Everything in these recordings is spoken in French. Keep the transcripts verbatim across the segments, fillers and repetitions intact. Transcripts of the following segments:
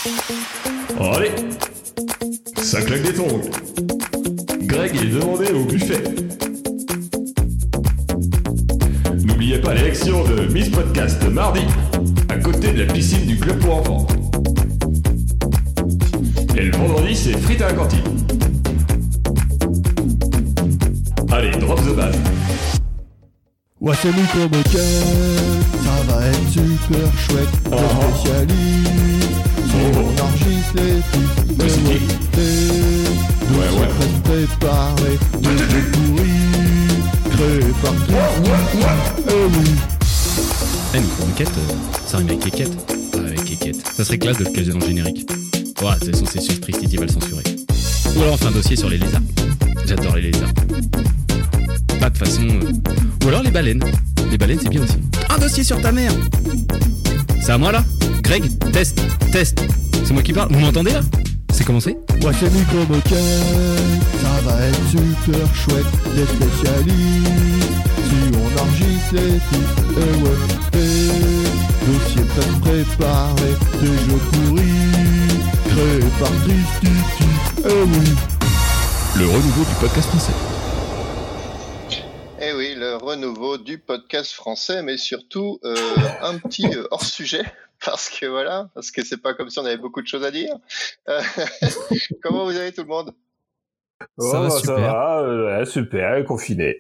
Oh, allez, ça claque des tongs. Greg est demandé au buffet. N'oubliez pas l'élection de Miss Podcast mardi, à côté de la piscine du club pour enfants. Et le vendredi, c'est frites à la cantine. Allez, drop the ball. Ouais, c'est nous comme ça va être super chouette. Le Uh-huh. spécialiste, si Oh. on enregistre les titres, Ouais, c'est les qui webs, Ouais, ouais. presque préparés, des jeux pourris, créés par qui. Eh oui. Eh, mais une quête, euh, ça rime avec quéquette. Ah, avec quéquette. Ça serait classe de le caser dans le générique. Ouais, de toute façon, c'est sûr, Tristiti va le censurer. Ou alors on fait un dossier sur les lézards. J'adore les lézards. Pas de façon. Euh... Ou alors les baleines. Les baleines, c'est bien aussi. Un dossier sur ta mère. C'est à moi là Greg, test, test. C'est moi qui parle. Vous m'entendez là? C'est commencé? Ouais, c'est micro ça va être super chouette. Les spécialistes, si on enregistre les titres, eh ouais, eh. Dossier presque préparé, des jeux pourris, créés par Tristiti, eh oui. Le renouveau du podcast français. Eh oui, le renouveau du podcast français, mais surtout euh, un petit euh, hors-sujet, parce que voilà, parce que c'est pas comme si on avait beaucoup de choses à dire. Euh, comment vous allez tout le monde? Oh, Ça va bah, super. Ça va, euh, ouais, super, confiné.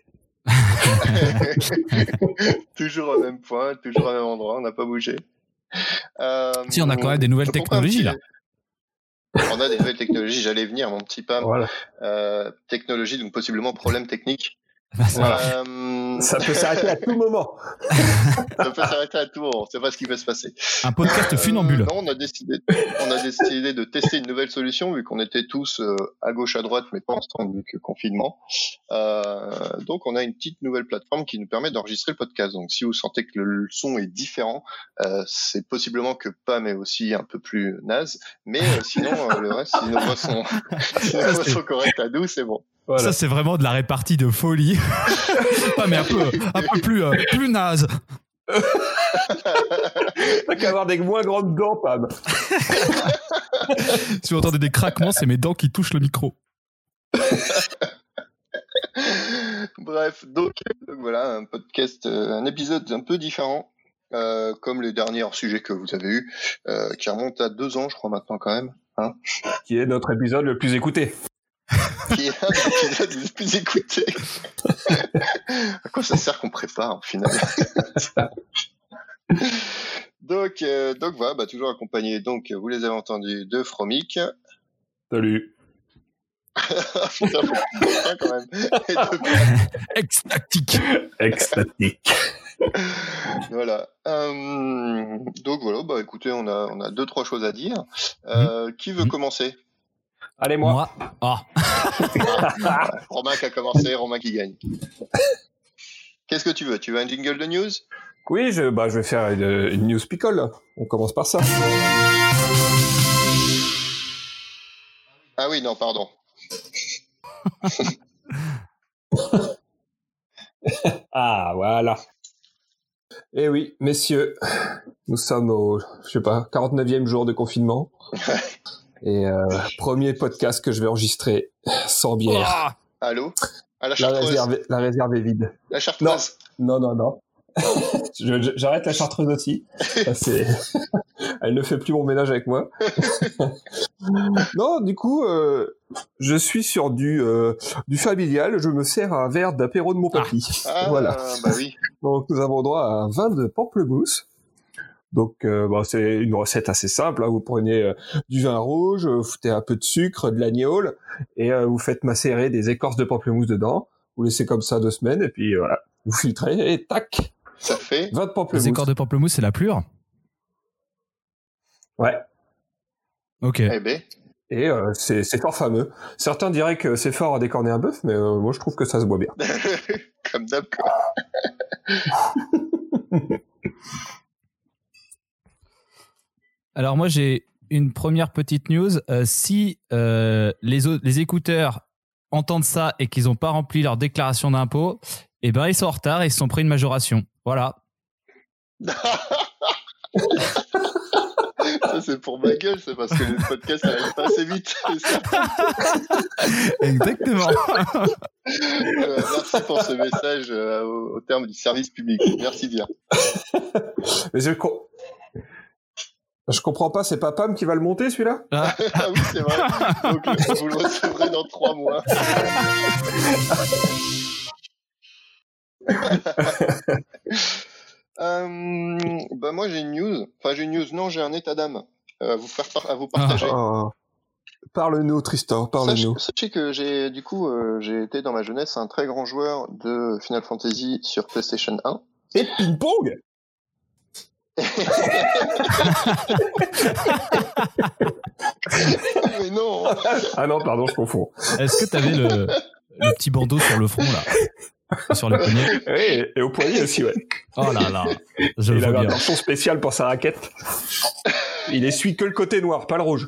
Toujours au même point, toujours au même endroit, on n'a pas bougé. Euh, Si, on a quand même des nouvelles donc on prend un technologies, petit- là. On a des nouvelles technologies, j'allais venir, mon petit Pam. Voilà. Euh, technologie, donc possiblement problème technique. Bah, ça va. Euh, Ça peut s'arrêter à tout moment. ça peut s'arrêter à tout, on ne sait pas ce qui peut se passer. Un podcast funambule. Euh, non, on a décidé, on a décidé de tester une nouvelle solution vu qu'on était tous euh, à gauche à droite, mais pas ensemble vu que confinement. Euh, donc, on a une petite nouvelle plateforme qui nous permet d'enregistrer le podcast. Donc, si vous sentez que le son est différent, euh, c'est possiblement que Pam est aussi un peu plus naze, mais euh, sinon euh, le reste, si nos voix sont, si nos voix sont correctes à nous, c'est bon. Voilà. Ça, c'est vraiment de la répartie de folie. Pas, mais un peu, un peu plus, euh, plus naze. T'as qu'à avoir des moins grandes dents, Pam. Si vous entendez des craquements, c'est mes dents qui touchent le micro. Bref, donc, donc voilà, un podcast, euh, un épisode un peu différent, euh, comme les derniers hors-sujets que vous avez eus, euh, qui remontent à deux ans, je crois maintenant quand même, hein, Qui est notre épisode le plus écouté. qui est un des épisodes les plus écoutés. À quoi ça sert qu'on prépare, au final? Donc, euh, donc voilà, bah, toujours accompagné, donc vous les avez entendus, de Fromic. Salut. Putain, faut bien quand même. Et de Extatique. Extatique. Voilà. Euh, donc voilà, bah écoutez, on a on a deux trois choses à dire. Euh, qui veut Mhm. commencer? Allez, moi. Moi. Ah. Romain qui a commencé, Romain qui gagne. Qu'est-ce que tu veux? Tu veux un jingle de news? Oui, je, bah, je vais faire une, une news picole. Là. On commence par ça. Ah oui, non, pardon. Ah, voilà. Eh oui, messieurs, nous sommes au, je sais pas, quarante-neuvième jour de confinement. Et euh, premier podcast que je vais enregistrer sans bière. Ah. Allô? À la La chartreuse. réserve, la réserve est vide. La chartreuse. Non, non, non. Je- je- J'arrête la chartreuse aussi. Ça, c'est... Elle ne fait plus mon ménage avec moi. Non, du coup, euh, je suis sur du, euh, du familial. Je me sers un verre d'apéro de mon papy. Ah, Voilà. bah oui. Donc, nous avons droit à un vin de pamplemousse. Donc, euh, bah, c'est une recette assez simple. Hein. Vous prenez euh, du vin rouge, vous foutez un peu de sucre, de l'agnole, et euh, vous faites macérer des écorces de pamplemousse dedans. Vous laissez comme ça deux semaines, et puis voilà, vous filtrez, et tac, Ça fait. vin de Les pamplemousse. écorces de pamplemousse, c'est la plure? Ouais. Ok. Eh ben. Et euh, c'est, c'est fort fameux. Certains diraient que c'est fort à décorner un bœuf, mais euh, moi je trouve que ça se boit bien. Comme d'hab, quoi. Alors moi, j'ai une première petite news. Euh, si euh, les, au- les écouteurs entendent ça et qu'ils n'ont pas rempli leur déclaration d'impôt, eh ben ils sont en retard et ils se sont pris une majoration. Voilà. Ça, c'est pour ma gueule, c'est parce que le podcast n'arrive pas assez vite. Exactement. Euh, merci pour ce message euh, au, au terme du service public. Merci bien. Mais je, co- je comprends pas, c'est pas Pam qui va le monter celui-là? Ah oui, c'est vrai. Donc, euh, vous le recevrez dans trois mois. euh, bah moi j'ai une news. Enfin j'ai une news. Non, j'ai un état d'âme euh, à vous faire par- à vous partager. Oh. Parle-nous, Tristan, parle-nous. Sachez, sachez que j'ai du coup euh, j'ai été dans ma jeunesse un très grand joueur de Final Fantasy sur PlayStation un. Et de ping-pong. Mais non. Ah non, pardon, je confonds. Est-ce que t'avais le, le petit bandeau sur le front, là? Sur le poignet? Oui, et, et au poignet aussi, ouais. Oh là là. Je Il le vois avait un bien. torchon spécial pour sa raquette. Il essuie que le côté noir, pas le rouge.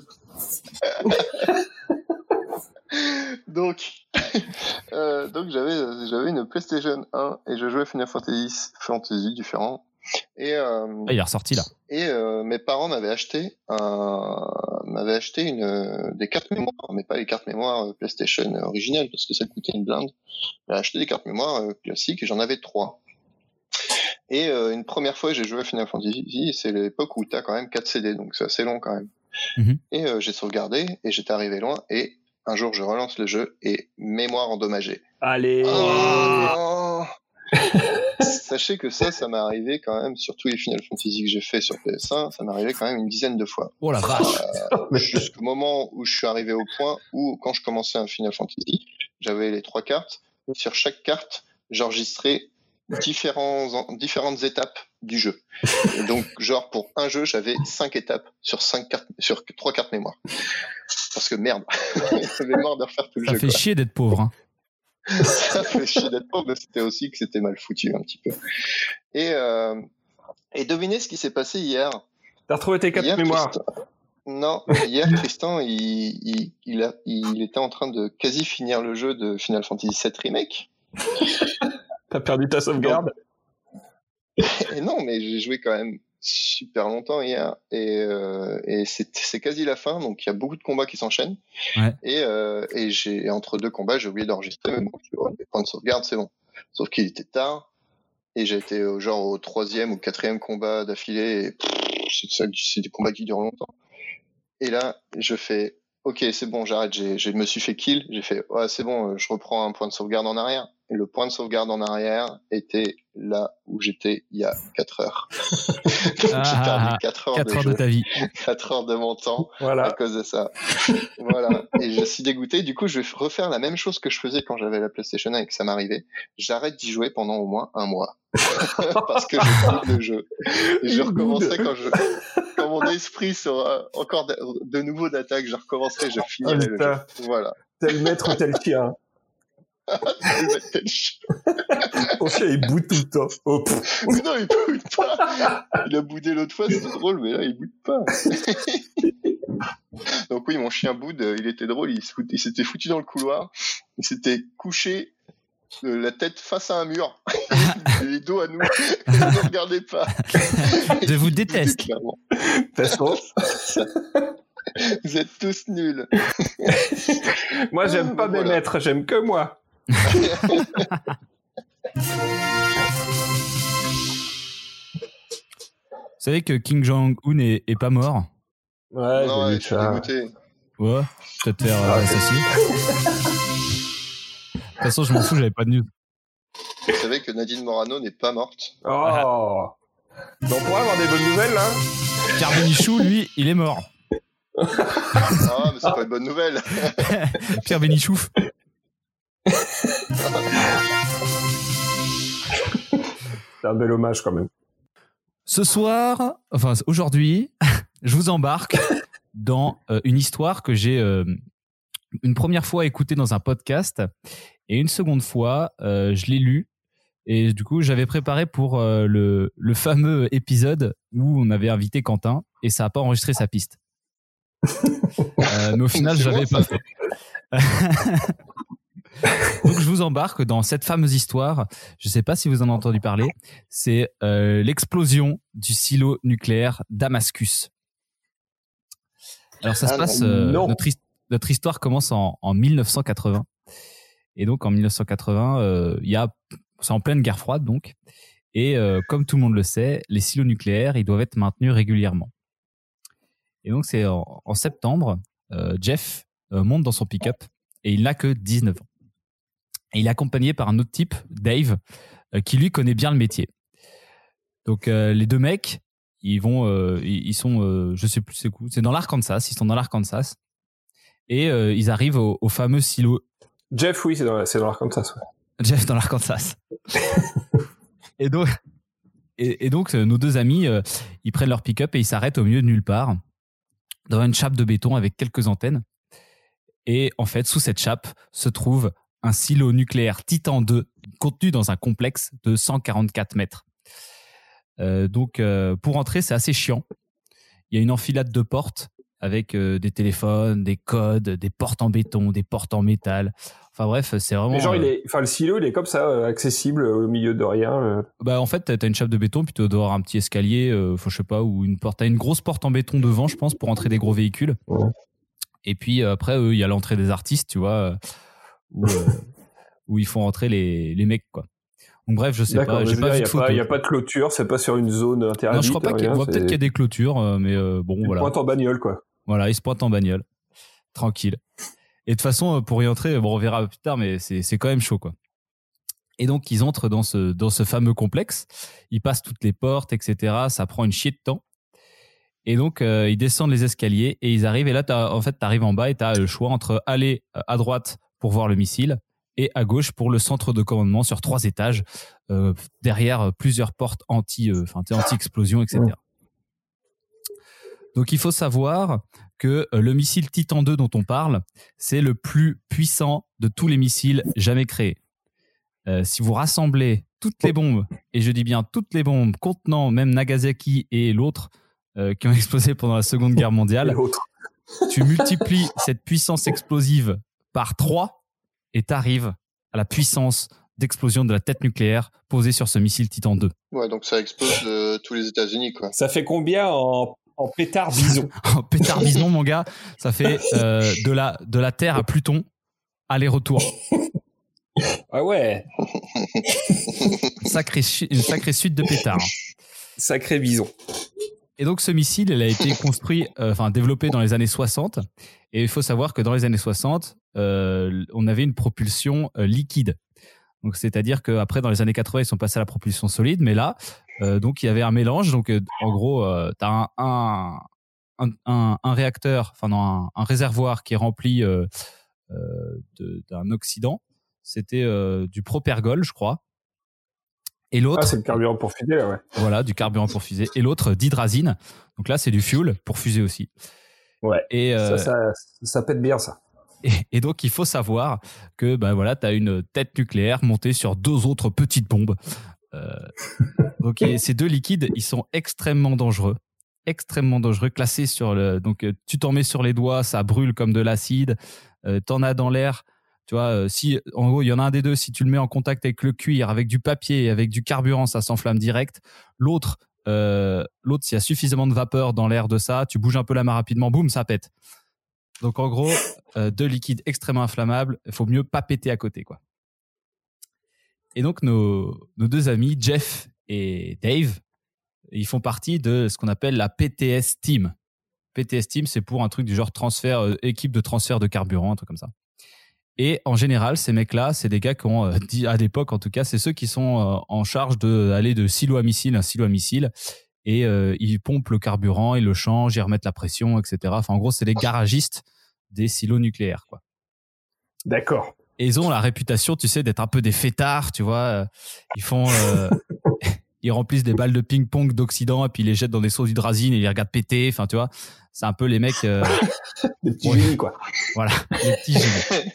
donc, euh, donc j'avais j'avais une PlayStation un et je jouais Final Fantasy Fantasy différents. Et euh, Ah, il est ressorti, là. et euh, mes parents m'avaient acheté un m'avaient acheté une euh, des cartes mémoire, mais pas les cartes mémoire euh, PlayStation originales parce que ça coûtait une blinde. J'ai acheté des cartes mémoire euh, classiques et j'en avais trois. Et euh, une première fois j'ai joué à Final Fantasy, c'est l'époque où t'as quand même quatre C D, donc c'est assez long quand même. Mhm. Et euh, j'ai sauvegardé et j'étais arrivé loin et un jour je relance le jeu et mémoire endommagée. Allez. Oh Sachez que ça, ça m'est arrivé quand même sur tous les Final Fantasy que j'ai fait sur P S un, ça m'est arrivé quand même une dizaine de fois. Oh la vache. Euh, jusqu'au moment où je suis arrivé au point où, quand je commençais un Final Fantasy, j'avais les trois cartes. Et sur chaque carte, j'enregistrais différents, différentes étapes du jeu. Et donc, genre, pour un jeu, j'avais cinq étapes sur cinq cartes, sur trois cartes mémoire. Parce que merde, j'avais marre de refaire tout le Ça jeu. fait quoi. chier d'être pauvre, hein. Ça fait chier d'être pauvre, mais c'était aussi que c'était mal foutu un petit peu. Et, euh, et devinez ce qui s'est passé hier. T'as retrouvé tes cartes Hier, mémoire. Tristan... Non, hier, Tristan, il, il, il, a, il était en train de quasi finir le jeu de Final Fantasy sept Remake. T'as perdu ta sauvegarde. Et non, mais j'ai joué quand même super longtemps hier. Et, euh, et c'est, c'est quasi la fin, donc il y a beaucoup de combats qui s'enchaînent. Ouais. Et, euh, et j'ai, entre deux combats, j'ai oublié d'enregistrer. Mais bon, les points de sauvegarde, c'est bon. Sauf qu'il était tard. Et j'ai été au, genre au troisième ou quatrième combat d'affilée. Et pff, c'est, ça, c'est des combats qui durent longtemps. Et là, je fais, ok, c'est bon, j'arrête. J'ai, je me suis fait kill. J'ai fait, ouais, c'est bon, je reprends un point de sauvegarde en arrière. Et le point de sauvegarde en arrière était là où j'étais il y a quatre heures. Donc Ah, j'ai perdu quatre heures, quatre de, heures jeu, de ta vie. quatre heures de mon temps à Voilà. cause de ça. Voilà. Et je suis dégoûté. Du coup, je vais refaire la même chose que je faisais quand j'avais la PlayStation un et que ça m'arrivait. J'arrête d'y jouer pendant au moins un mois. Parce que je boude le jeu. Et je Il recommencerai boude. quand je, quand mon esprit sera encore de, de nouveau d'attaque, je recommencerai, je finirai Oh, le jeu. putain. Voilà. Tel maître ou tel chien. Ton chien, il boude tout le temps. Oh, pff. Mais non, il boude pas. Il a boudé l'autre fois, c'était drôle, mais là, il boude pas. Donc oui, mon chien boude, il était drôle, il, se fout- il s'était foutu dans le couloir, il s'était couché euh, la tête face à un mur, les dos à nous, il ne regardait pas. Je vous Il boudait déteste. clairement. De toute façon, Vous êtes tous nuls. moi, j'aime pas mes Voilà. maîtres, j'aime que moi. Vous savez que Kim Jong-un est, est pas mort? Ouais, non, j'ai ouais, vu je suis ça. dégoûté. Ouais, peut-être faire euh, Ah, assassiner. De toute façon, je m'en fous, j'avais pas de news. Vous savez que Nadine Morano n'est pas morte. Oh. Donc, on pourrait avoir des bonnes nouvelles, là. Pierre Bénichou, lui, il est mort. Ah, mais c'est pas une bonne nouvelle. Pierre Bénichouf. C'est un bel hommage, quand même. Ce soir, enfin aujourd'hui, je vous embarque dans euh, une histoire que j'ai euh, une première fois écoutée dans un podcast et une seconde fois, euh, je l'ai lue. Et du coup, j'avais préparé pour euh, le, le fameux épisode où on avait invité Quentin et ça n'a pas enregistré sa piste. Euh, mais au final, C'est j'avais bon, pas ça. fait. Donc, je vous embarque dans cette fameuse histoire. Je ne sais pas si vous en avez entendu parler. C'est euh, l'explosion du silo nucléaire Damascus. Alors ça se Ah, passe, euh, non. notre, his- notre histoire commence en, en mille neuf cent quatre-vingts. Et donc en mille neuf cent quatre-vingts, euh, il y a, c'est en pleine guerre froide donc. Et euh, comme tout le monde le sait, les silos nucléaires, ils doivent être maintenus régulièrement. Et donc c'est en, en septembre, euh, Jeff euh, monte dans son pick-up et il n'a que dix-neuf ans. Et il est accompagné par un autre type, Dave, euh, qui lui connaît bien le métier. Donc euh, les deux mecs, ils vont, euh, ils, ils sont, euh, je sais plus c'est où, c'est dans l'Arkansas, ils sont dans l'Arkansas et euh, ils arrivent au, au fameux silo. Jeff, oui, c'est dans, c'est dans l'Arkansas. Ouais. Jeff dans l'Arkansas. et donc, et, et donc euh, nos deux amis, euh, ils prennent leur pick-up et ils s'arrêtent au milieu de nulle part, dans une chape de béton avec quelques antennes. Et en fait, sous cette chape se trouve un silo nucléaire Titan deux contenu dans un complexe de cent quarante-quatre mètres. Euh, donc, euh, pour entrer, c'est assez chiant. Il y a une enfilade de portes avec euh, des téléphones, des codes, des portes en béton, des portes en métal. Enfin bref, c'est vraiment... Mais genre, euh, il est, enfin, le silo, il est comme ça, euh, accessible euh, au milieu de rien. euh. Bah en fait, t'as t'as une chape de béton, puis tu dois avoir un petit escalier, euh, faut, je sais pas, ou une porte. T'as une grosse porte en béton devant, je pense, pour entrer des gros véhicules. Ouais. Et puis euh, après, eux, il y a l'entrée des artistes, tu vois, euh, où, euh, où ils font entrer les, les mecs, quoi. Donc bref, je sais D'accord, pas, mais j'ai je veux pas dire, vu il de y a pas, photos. il y a pas de clôture, c'est pas sur une zone interdite. Non, je crois pas qu'il y a, rien, ouais, peut-être c'est qu'il y a des clôtures, euh, mais euh, bon, une voilà. pointe en bagnole, quoi. Voilà, ils se pointent en bagnole, tranquille. Et de toute façon, pour y entrer, bon, on verra plus tard, mais c'est, c'est quand même chaud, quoi. Et donc, ils entrent dans ce, dans ce fameux complexe. Ils passent toutes les portes, et cetera. Ça prend une chier de temps. Et donc, euh, ils descendent les escaliers et ils arrivent. Et là, t'as, en fait, tu arrives en bas et tu as le choix entre aller à droite pour voir le missile et à gauche pour le centre de commandement sur trois étages, euh, derrière plusieurs portes anti, euh, enfin, anti-explosion, et cetera. Donc, il faut savoir que le missile Titan deux dont on parle, c'est le plus puissant de tous les missiles jamais créés. Euh, si vous rassemblez toutes les bombes, et je dis bien toutes les bombes contenant même Nagasaki et l'autre euh, qui ont explosé pendant la Seconde Guerre mondiale, tu multiplies cette puissance explosive par trois et tu arrives à la puissance d'explosion de la tête nucléaire posée sur ce missile Titan deux. Ouais, donc ça explose euh, tous les États-Unis, quoi. Ça fait combien en, en pétard bison? En pétard bison, mon gars, ça fait euh, de, la, de la Terre à Pluton, aller-retour. Ah ouais, Sacré, une sacrée suite de pétards. sacré bison. Et donc ce missile, il a été construit, euh, enfin développé dans les années soixante. Et il faut savoir que dans les années soixante, euh, on avait une propulsion euh, liquide. Donc c'est-à-dire qu'après, dans les années quatre-vingts, ils sont passés à la propulsion solide. Mais là, euh, donc il y avait un mélange. Donc euh, en gros, euh, tu as un, un, un, un, un réacteur, enfin non, un, un réservoir qui est rempli euh, euh, de, d'un oxydant. C'était euh, du propergol, je crois. Et l'autre, Ah, c'est le carburant pour fusée, là, ouais. voilà, du carburant pour fusée. Et l'autre, d'hydrazine. Donc là, c'est du fuel pour fusée aussi. Ouais. Et, euh, Ça, ça, ça pète bien, ça. et, et donc, il faut savoir que bah, voilà, tu as une tête nucléaire montée sur deux autres petites bombes. Euh, donc, et ces deux liquides, ils sont extrêmement dangereux. Extrêmement dangereux, classés sur le. Donc, euh, tu t'en mets sur les doigts, ça brûle comme de l'acide. Euh, t'en as dans l'air. Tu vois, euh, si, en gros, il y en a un des deux, si tu le mets en contact avec le cuir, avec du papier et avec du carburant, ça s'enflamme direct. L'autre, euh, l'autre, s'il y a suffisamment de vapeur dans l'air de ça, tu bouges un peu la main rapidement, boum, ça pète. Donc, en gros, euh, deux liquides extrêmement inflammables, il faut mieux pas péter à côté, quoi. Et donc, nos, nos deux amis, Jeff et Dave, ils font partie de ce qu'on appelle la P T S Team. P T S Team, c'est pour un truc du genre transfert, euh, équipe de transfert de carburant, un truc comme ça. Et en général, ces mecs-là, c'est des gars qui ont, euh, dit à l'époque en tout cas, c'est ceux qui sont euh, en charge d'aller de silo à missile à silo à missile. Et euh, ils pompent le carburant, ils le changent, ils remettent la pression, et cetera. Enfin, en gros, c'est les garagistes des silos nucléaires, quoi. D'accord. Et ils ont la réputation, tu sais, d'être un peu des fêtards, tu vois. Ils font... Euh, ils remplissent des balles de ping-pong d'oxydant et puis ils les jettent dans des seaux d'hydrazine et ils les regardent péter. Enfin, tu vois, c'est un peu les mecs... Euh, Des petits ouais. génies, quoi. Voilà, les petits génies.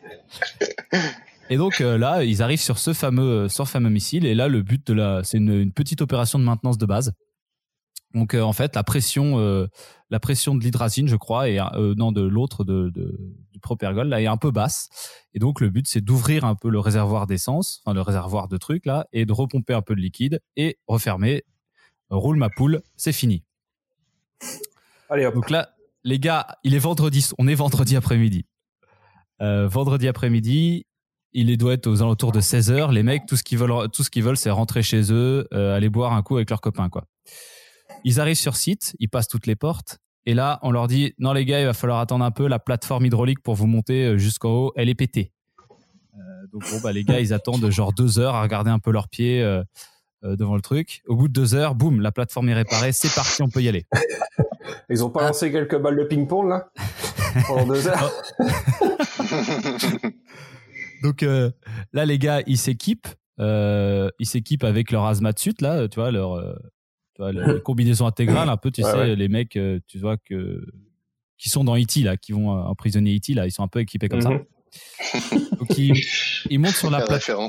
Et donc euh, là, ils arrivent sur ce fameux, sur ce fameux missile. Et là, le but de la, c'est une, une petite opération de maintenance de base. Donc euh, en fait, la pression, euh, la pression de l'hydrazine, je crois, et euh, non de l'autre, de, de, du propergol, là, est un peu basse. Et donc le but, c'est d'ouvrir un peu le réservoir d'essence, enfin le réservoir de trucs là, et de repomper un peu de liquide et refermer. Roule ma poule, c'est fini. Allez hop. Donc là, les gars, il est vendredi, on est vendredi après-midi. Euh, vendredi après-midi, il doit être aux alentours de seize heures. Les mecs, tout ce qu'ils veulent, tout ce qu'ils veulent, c'est rentrer chez eux, euh, aller boire un coup avec leurs copains, quoi. Ils arrivent sur site, ils passent toutes les portes. Et là, on leur dit, non les gars, il va falloir attendre un peu, la plateforme hydraulique pour vous monter jusqu'en haut, elle est pétée. Euh, donc bon, bah les gars, ils attendent genre deux heures à regarder un peu leurs pieds euh, euh, devant le truc. Au bout de deux heures, boum, la plateforme est réparée, c'est parti, on peut y aller. Ils ont pas ah. lancé quelques balles de ping-pong là pendant deux heures. Donc euh, là, les gars, ils s'équipent, euh, ils s'équipent avec leur hazmat suit là, tu vois, leur euh, tu vois, la combinaison intégrale, un peu, tu ouais, sais, ouais. les mecs, euh, tu vois que qui sont dans E T là, qui vont euh, emprisonner E T là, ils sont un peu équipés comme mm-hmm. ça. Donc ils, ils montent sur la, la plateforme.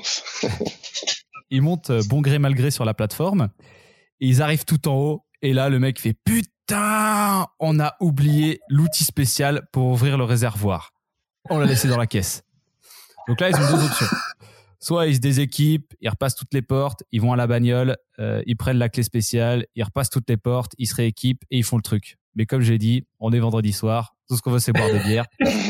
Ils montent euh, bon gré mal gré sur la plateforme. Et ils arrivent tout en haut. Et là, le mec fait putain, on a oublié l'outil spécial pour ouvrir le réservoir. On l'a laissé dans la caisse. Donc là, ils ont deux options. Soit ils se déséquipent, ils repassent toutes les portes, ils vont à la bagnole, euh, ils prennent la clé spéciale, ils repassent toutes les portes, ils se rééquipent et ils font le truc. Mais comme j'ai dit, on est vendredi soir, tout ce qu'on veut c'est boire des bières.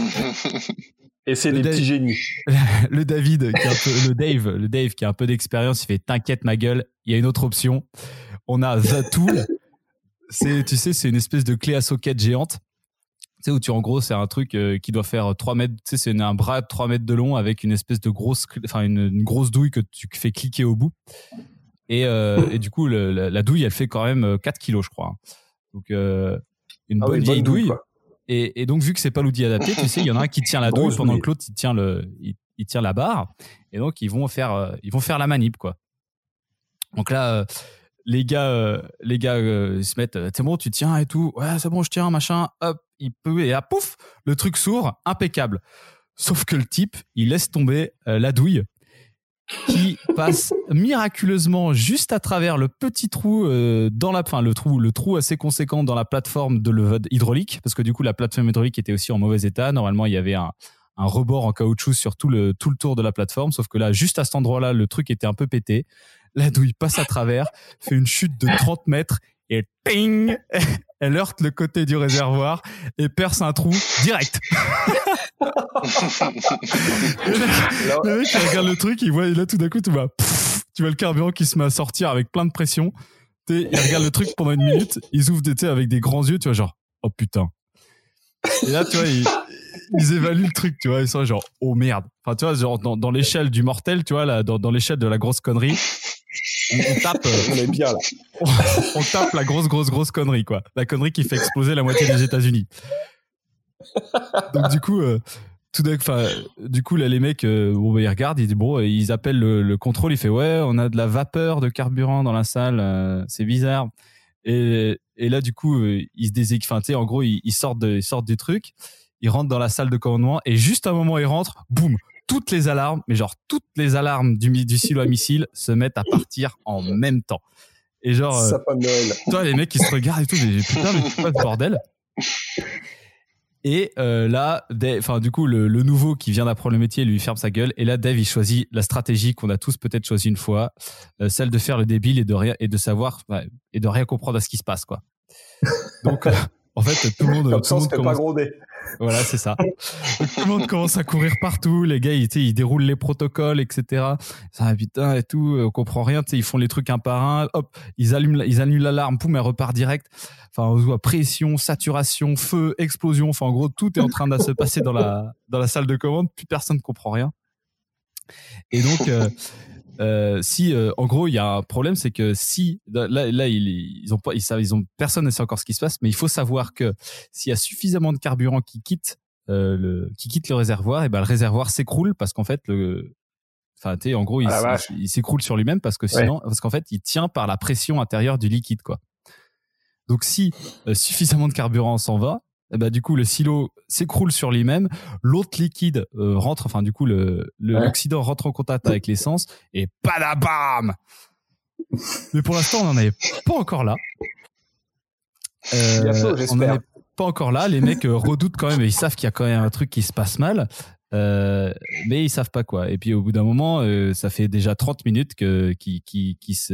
Et c'est le des Dave, petits génies. Le David, qui est un peu, le Dave, le Dave qui a un peu d'expérience, il fait t'inquiète ma gueule, il y a une autre option. On a The Tool. C'est, tu sais, c'est une espèce de clé à socket géante. Tu sais, où tu, en gros, c'est un truc euh, qui doit faire trois mètres, tu sais, c'est un bras de trois mètres de long avec une espèce de grosse, enfin, une, une grosse douille que tu fais cliquer au bout. Et, euh, et du coup, le, la, la douille, elle fait quand même quatre kilos, je crois. Donc, euh, une ah bonne oui, vieille bonne douille. douille et, et donc, vu que c'est pas l'outil adapté, tu sais, il y en a un qui tient la douille pendant que l'autre, il tient le, il, il tient la barre. Et donc, ils vont faire, euh, ils vont faire la manip, quoi. Donc là, euh, les gars, euh, les gars, euh, ils se mettent, c'est bon, tu tiens et tout. Ouais, c'est bon, je tiens, machin. Hop, il peut, et là, pouf, le truc s'ouvre, impeccable. Sauf que le type, il laisse tomber euh, la douille qui passe miraculeusement juste à travers le petit trou euh, dans la, enfin, le trou, le trou assez conséquent dans la plateforme de le hydraulique, parce que du coup, la plateforme hydraulique était aussi en mauvais état. Normalement, il y avait un, un rebord en caoutchouc sur tout le, tout le tour de la plateforme. Sauf que là, juste à cet endroit-là, le truc était un peu pété. La douille passe à travers, fait une chute de trente mètres et ping, elle heurte le côté du réservoir et perce un trou direct. le, mec, le mec, il regarde le truc, il voit, et là tout d'un coup, tu vois, pff, tu vois le carburant qui se met à sortir avec plein de pression. T'sais, il regarde le truc pendant une minute, ils ouvrent des, avec des grands yeux, tu vois, genre, oh putain. Et là, tu vois, ils, ils évaluent le truc, tu vois, ils sont genre, oh merde. Enfin, tu vois, genre, dans, dans l'échelle du mortel, tu vois, là, dans, dans l'échelle de la grosse connerie, on, on tape, euh, on est bien là. On, on tape la grosse, grosse, grosse connerie, quoi. La connerie qui fait exploser la moitié des États-Unis. Donc, du coup, euh, tout d'un, enfin, du coup, là, les mecs, euh, bon, bah, ils regardent, ils disent, bon, ils appellent le, le contrôle, il fait, ouais, on a de la vapeur de carburant dans la salle, euh, c'est bizarre. Et, et là, du coup, euh, ils se déséquipent, enfin, tu sais, en gros, ils, ils sortent de, ils sortent des trucs, ils rentrent dans la salle de commandement, et juste à un moment où ils rentrent, boum, toutes les alarmes, mais genre toutes les alarmes du, du silo à missile se mettent à partir en même temps. Et genre, euh, sapin de Noël. Toi, les mecs, ils se regardent et tout, mais putain, mais c'est quoi ce bordel? Et euh, là, enfin, du coup, le, le nouveau qui vient d'apprendre le métier lui ferme sa gueule. Et là, Dave, il choisit la stratégie qu'on a tous peut-être choisi une fois, euh, celle de faire le débile et de rien et de savoir ouais, et de rien comprendre à ce qui se passe, quoi. Donc, euh, en fait, tout le monde, comme tout ça, le monde on commence. Pas grondé. Voilà, c'est ça. Donc, tout le monde commence à courir partout. Les gars, ils, ils déroulent les protocoles, et cetera. Ça, putain, et tout, on comprend rien. Ils font les trucs un par un. Hop, ils allument, ils annulent l'alarme. Poum, elle repart direct. Enfin, on voit pression, saturation, feu, explosion. Enfin, en gros, tout est en train de se passer dans la dans la salle de commande. Plus personne ne comprend rien. Et donc, euh, euh, si, euh, en gros, il y a un problème, c'est que si là, là, ils, ils ont pas, ils savent, ils ont personne ne sait encore ce qui se passe, mais il faut savoir que s'il y a suffisamment de carburant qui quitte euh, le, qui quitte le réservoir, et ben le réservoir s'écroule parce qu'en fait le, enfin, tu sais, en gros, il, ah il, il s'écroule sur lui-même parce que sinon, ouais. parce qu'en fait, il tient par la pression intérieure du liquide, quoi. Donc, si euh, suffisamment de carburant s'en va, et ben du coup, le silo s'écroule sur lui-même, l'autre liquide euh, rentre, enfin du coup, le, le ouais. l'oxydant rentre en contact avec l'essence et padabam. Mais pour l'instant, on n'en est pas encore là. Euh, Bientôt, j'espère. On n'en est pas encore là. Les mecs euh, redoutent quand même, et ils savent qu'il y a quand même un truc qui se passe mal, euh, mais ils savent pas quoi. Et puis au bout d'un moment, euh, ça fait déjà trente minutes que qui qui qui se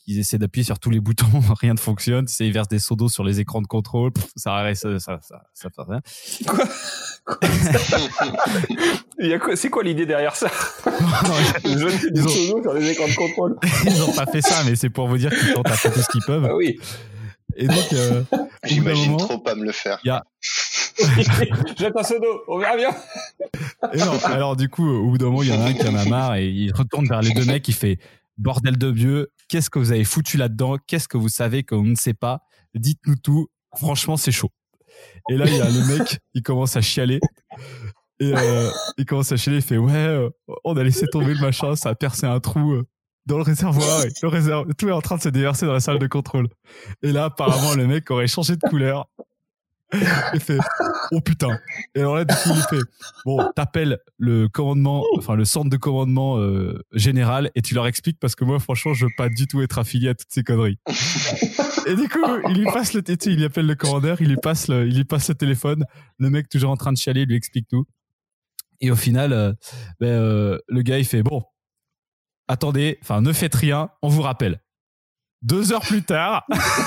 ils essaient d'appuyer sur tous les boutons, rien ne fonctionne. Tu sais, ils versent des seaux d'eau sur les écrans de contrôle, pff, ça, ça, ça, ça, ça fait rien. Quoi, quoi Il y a quoi, c'est quoi l'idée derrière ça? Ils ont des seaux d'eau sur les écrans de contrôle. Ils ont pas fait ça, mais c'est pour vous dire qu'ils tentent à faire tout ce qu'ils peuvent. Ah oui. Et donc, euh, j'imagine moment, trop pas me le faire. Il y a jette un seau d'eau, on verra bien. Et non, alors du coup, au bout d'un moment, il y en a un qui en a marre et il retourne vers les deux mecs, il fait bordel de Dieu, qu'est-ce que vous avez foutu là-dedans? Qu'est-ce que vous savez qu'on ne sait pas? Dites-nous tout. Franchement, c'est chaud. Et là, il y a le mec, il commence à chialer. Et euh, il commence à chialer, il fait ouais, euh, on a laissé tomber le machin, ça a percé un trou euh, dans le réservoir. Et le réservoir, tout est en train de se déverser dans la salle de contrôle. Et là, apparemment, le mec aurait changé de couleur. Il fait oh putain. Et alors là, du coup, il fait bon, t'appelles le commandement, enfin le centre de commandement euh, général et tu leur expliques parce que moi, franchement, je veux pas du tout être affilié à toutes ces conneries. Et du coup, il lui passe le, tu sais, il appelle le commandeur, il lui passe le, il lui passe le téléphone. Le mec toujours en train de chialer, il lui explique tout. Et au final, euh, ben, euh, le gars, il fait bon, attendez, enfin ne faites rien, on vous rappelle. Deux heures plus tard.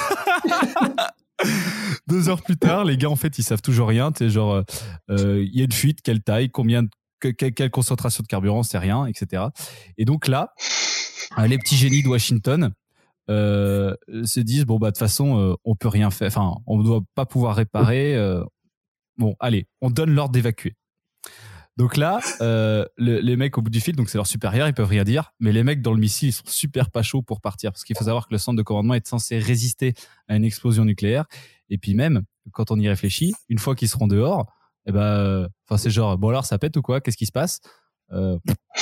Deux heures plus tard, les gars, en fait, ils savent toujours rien. Tu sais, genre, il euh, y a une fuite, quelle taille, combien, de, que, quelle concentration de carburant, c'est rien, et cetera. Et donc là, les petits génies de Washington euh, se disent bon bah de toute façon, euh, on peut rien faire. Enfin, on ne doit pas pouvoir réparer. Euh, bon, allez, on donne l'ordre d'évacuer. Donc là, euh, le, les mecs au bout du fil, donc c'est leur supérieur, ils peuvent rien dire, mais les mecs dans le missile, ils sont super pas chauds pour partir, parce qu'il faut savoir que le centre de commandement est censé résister à une explosion nucléaire. Et puis même, quand on y réfléchit, une fois qu'ils seront dehors, eh ben, enfin c'est genre bon alors ça pète ou quoi? Qu'est-ce qui se passe? euh,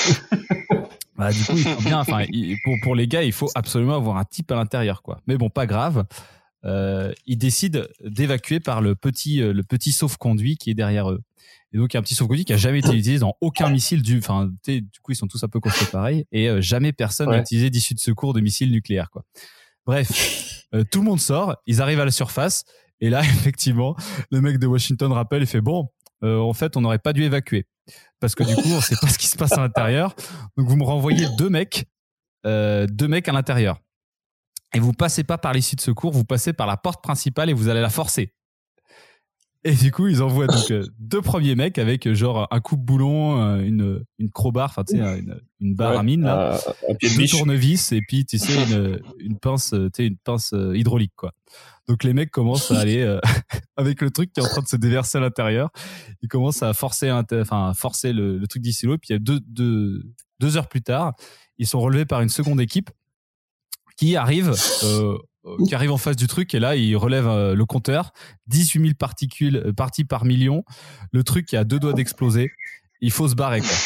bah, du coup, il faut bien, enfin pour pour les gars, il faut absolument avoir un type à l'intérieur, quoi. Mais bon, pas grave. Euh, ils décident d'évacuer par le petit le petit sauf-conduit qui est derrière eux. Et donc, il y a un petit sauf-conduit qui a jamais été utilisé dans aucun missile du, enfin, du coup, ils sont tous un peu construits pareil, et euh, jamais personne n'a ouais. utilisé d'issue de secours de missiles nucléaires, quoi. Bref, euh, tout le monde sort, ils arrivent à la surface, et là, effectivement, le mec de Washington rappelle et fait bon, euh, en fait, on n'aurait pas dû évacuer. Parce que du coup, on sait pas ce qui se passe à l'intérieur. Donc, vous me renvoyez deux mecs, euh, deux mecs à l'intérieur. Et vous passez pas par l'issue de secours, vous passez par la porte principale et vous allez la forcer. Et du coup, ils envoient donc euh, deux premiers mecs avec euh, genre un coupe-boulon, euh, une une crowbar, enfin tu sais une, une barre ouais, à mine là, euh, et deux tournevis et puis tu sais une une pince, tu sais une pince euh, hydraulique quoi. Donc les mecs commencent à aller euh, avec le truc qui est en train de se déverser à l'intérieur, ils commencent à forcer enfin forcer le, le truc d'ici l'eau. Puis il y a deux deux deux heures plus tard, ils sont relevés par une seconde équipe qui arrive euh, qui arrive en face du truc et là il relève euh, le compteur, dix-huit mille particules euh, parties par million, le truc qui a deux doigts d'exploser, il faut se barrer quoi.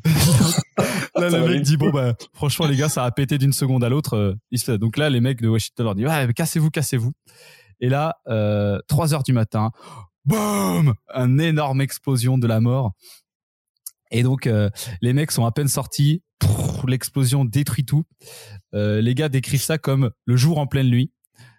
Là le mec dit bon bah franchement les gars ça a pété d'une seconde à l'autre, euh, il se fait. Donc là les mecs de Washington leur disent ouais mais cassez-vous cassez-vous et là euh, trois heures du matin, boum, un énorme explosion de la mort. Et donc, euh, les mecs sont à peine sortis. Pff, l'explosion détruit tout. Euh, les gars décrivent ça comme le jour en pleine nuit.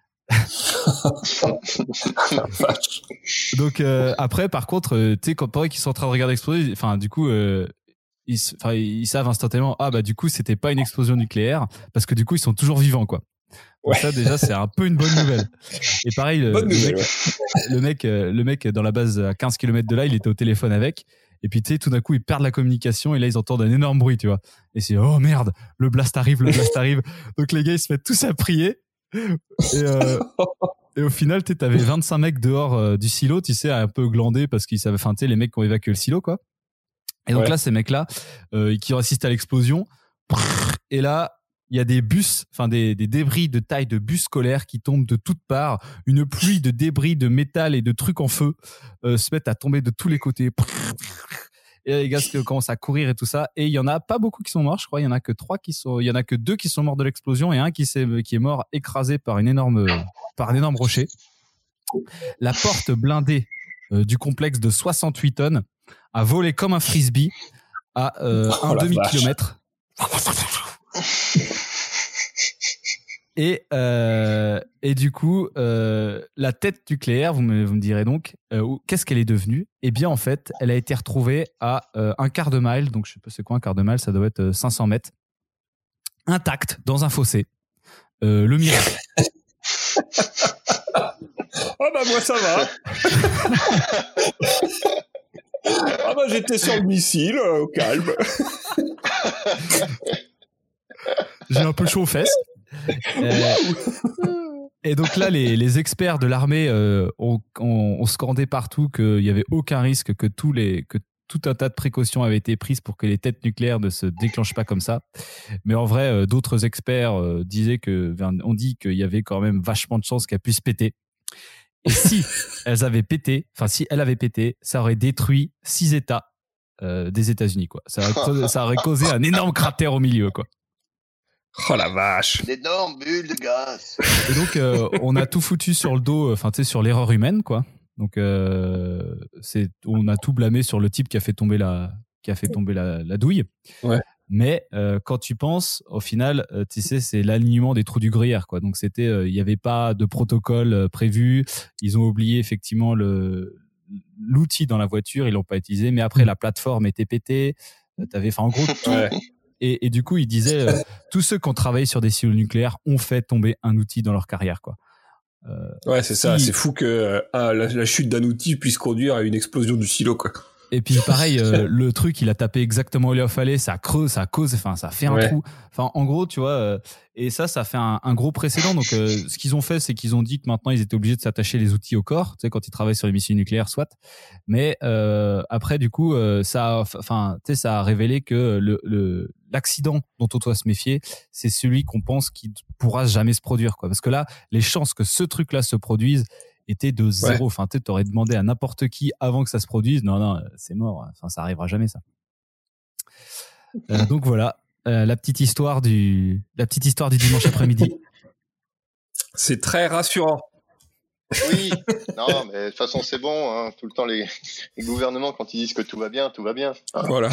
Donc, euh, après, par contre, euh, tu sais, quand pendant qu'ils sont en train de regarder exploser, enfin, du coup, euh, ils, enfin, ils savent instantanément, ah, bah, du coup, c'était pas une explosion nucléaire, parce que du coup, ils sont toujours vivants, quoi. Ouais. Ça, déjà, c'est un peu une bonne nouvelle. Et pareil, le, bonne le, nouvelle, mec, ouais. le mec, le mec, dans la base à quinze kilomètres de là, il était au téléphone avec. Et puis, tu sais, tout d'un coup, ils perdent la communication et là, ils entendent un énorme bruit, tu vois. Et c'est, oh merde, le blast arrive, le blast arrive. Donc, les gars, ils se mettent tous à prier. Et, euh, et au final, tu avais vingt-cinq mecs dehors euh, du silo, tu sais, un peu glandés parce qu'ils savaient, enfin, tu sais, les mecs qui ont évacué le silo, quoi. Et donc ouais. là, ces mecs-là, euh, qui ont assisté à l'explosion, et là, il y a des bus, enfin des, des débris de taille de bus scolaires qui tombent de toutes parts. Une pluie de débris de métal et de trucs en feu euh, se mettent à tomber de tous les côtés. Et les gars commencent à courir et tout ça. Et il y en a pas beaucoup qui sont morts, je crois. Il y en a que trois qui sont, il y en a que deux qui sont morts de l'explosion et un qui s'est, qui est mort écrasé par une énorme, par un énorme rocher. La porte blindée euh, du complexe de soixante-huit tonnes a volé comme un frisbee à euh, oh, un demi-kilomètre. Et euh, et du coup euh, la tête nucléaire, vous me vous me direz donc euh, qu'est-ce qu'elle est devenue? Eh bien en fait, elle a été retrouvée à euh, un quart de mile, donc je sais pas c'est quoi un quart de mile, ça doit être cinq cents mètres, intacte dans un fossé. euh, le miracle. Ah bah moi ça va. Ah bah j'étais sur le missile, euh, au calme. J'ai un peu chaud aux fesses. Euh, et donc là, les, les experts de l'armée euh, ont, ont, ont scandé partout qu'il n'y avait aucun risque, que, tous les, que tout un tas de précautions avaient été prises pour que les têtes nucléaires ne se déclenchent pas comme ça. Mais en vrai, euh, d'autres experts euh, disaient que, on dit qu'il y avait quand même vachement de chances qu'elles puissent péter. Et si elles avaient pété, enfin si elle avait pété, ça aurait détruit six États euh, des États-Unis, quoi. Ça aurait, ça aurait causé un énorme cratère au milieu, quoi. Oh la vache. D'énormes bulles de gaz. Et donc, euh, on a tout foutu sur le dos, enfin, tu sais, sur l'erreur humaine, quoi. Donc, euh, c'est, on a tout blâmé sur le type qui a fait tomber la, qui a fait tomber la, la douille. Ouais. Mais euh, quand tu penses, au final, euh, tu sais, c'est l'alignement des trous du gruyère, quoi. Donc, c'était, il euh, n'y avait pas de protocole euh, prévu. Ils ont oublié effectivement le l'outil dans la voiture, ils l'ont pas utilisé. Mais après, la plateforme était pétée. Euh, t'avais, enfin, en gros, tout. Ouais. Et, et du coup, il disait, euh, tous ceux qui ont travaillé sur des silos nucléaires ont fait tomber un outil dans leur carrière, quoi. Euh, ouais, c'est ça. si... C'est fou que euh, la, la chute d'un outil puisse conduire à une explosion du silo, quoi. Et puis pareil, euh, le truc, il a tapé exactement où il fallait, ça creuse, ça cause, enfin, ça fait un ouais. trou. Enfin, en gros, tu vois, euh, et ça, ça fait un, un gros précédent. Donc, euh, ce qu'ils ont fait, c'est qu'ils ont dit que maintenant, ils étaient obligés de s'attacher les outils au corps, tu sais, quand ils travaillent sur les missiles nucléaires, soit. Mais euh, après, du coup, euh, ça, enfin, tu sais, ça a révélé que le, le l'accident dont on doit se méfier, c'est celui qu'on pense qui pourra jamais se produire, quoi. Parce que là, les chances que ce truc-là se produise était de zéro. Ouais. Enfin, tu aurais demandé à n'importe qui avant que ça se produise. Non, non, c'est mort. Enfin, ça arrivera jamais, ça. Euh, donc voilà, euh, la petite histoire du, la petite histoire du dimanche après-midi. C'est très rassurant. Oui, non, mais de toute façon, c'est bon. Hein. Tout le temps, les, les gouvernements, quand ils disent que tout va bien, tout va bien. Hein. Voilà.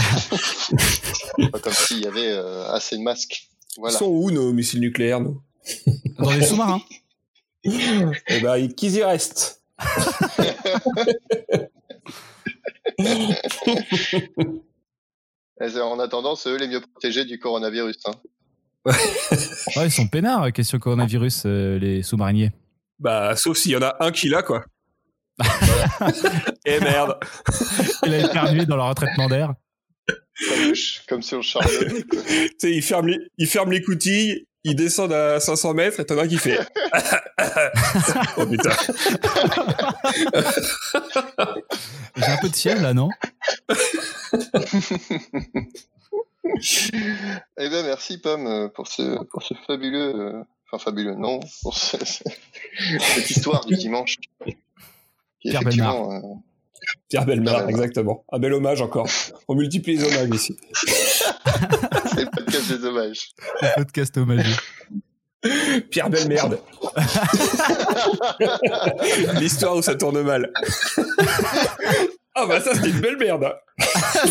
Pas comme s'il y avait euh, assez de masques. Voilà. Ils sont où nos missiles nucléaires, nous ? Dans les sous-marins. Eh ben, qu'ils y restent. En attendant, c'est eux les mieux protégés du coronavirus. Hein. Ouais, ils sont peinards, question coronavirus, euh, les sous-mariniers. Bah, sauf s'il y en a un qui l'a, quoi. Et merde. Il a éternué dans leur retraitement d'air. Comme sur le charbon. Tu sais, il ferme les, il ferme les coutilles. Ils descendent à cinq cents mètres et t'en as un qui fait. Oh putain. J'ai un peu de fièvre là, non ? Eh ben merci Pomme pour ce pour ce fabuleux, euh, enfin fabuleux non, pour ce, cette histoire du dimanche. Pierre Bellemare. Euh... Pierre Bellemare, exactement. Un bel hommage encore. On multiplie les hommages ici. C'est le podcast des hommages. Le podcast hommageux. Pierre Bellemerde. L'histoire où ça tourne mal. Ah bah ça, c'est une belle merde. Hein.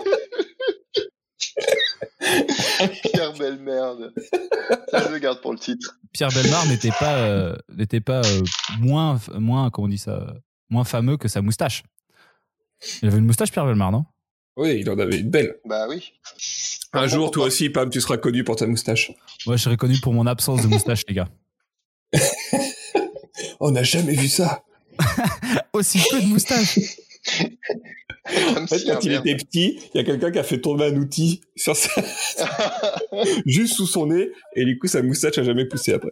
Pierre Bellemerde. Ça, je le garde pour le titre. Pierre Bellemare n'était pas, euh, n'était pas euh, moins, moins, comment on dit ça, moins fameux que sa moustache. Il avait une moustache, Pierre Bellemare, non ? Oui, il en avait une belle. Bah oui. Un bon, jour, toi pas. aussi, Pam, tu seras connu pour ta moustache. Ouais, je serai connu pour mon absence de moustache, les gars. On n'a jamais vu ça. Aussi peu de moustache. En fait, quand il était petit, il y a quelqu'un qui a fait tomber un outil sur sa... juste sous son nez, et du coup, sa moustache n'a jamais poussé après.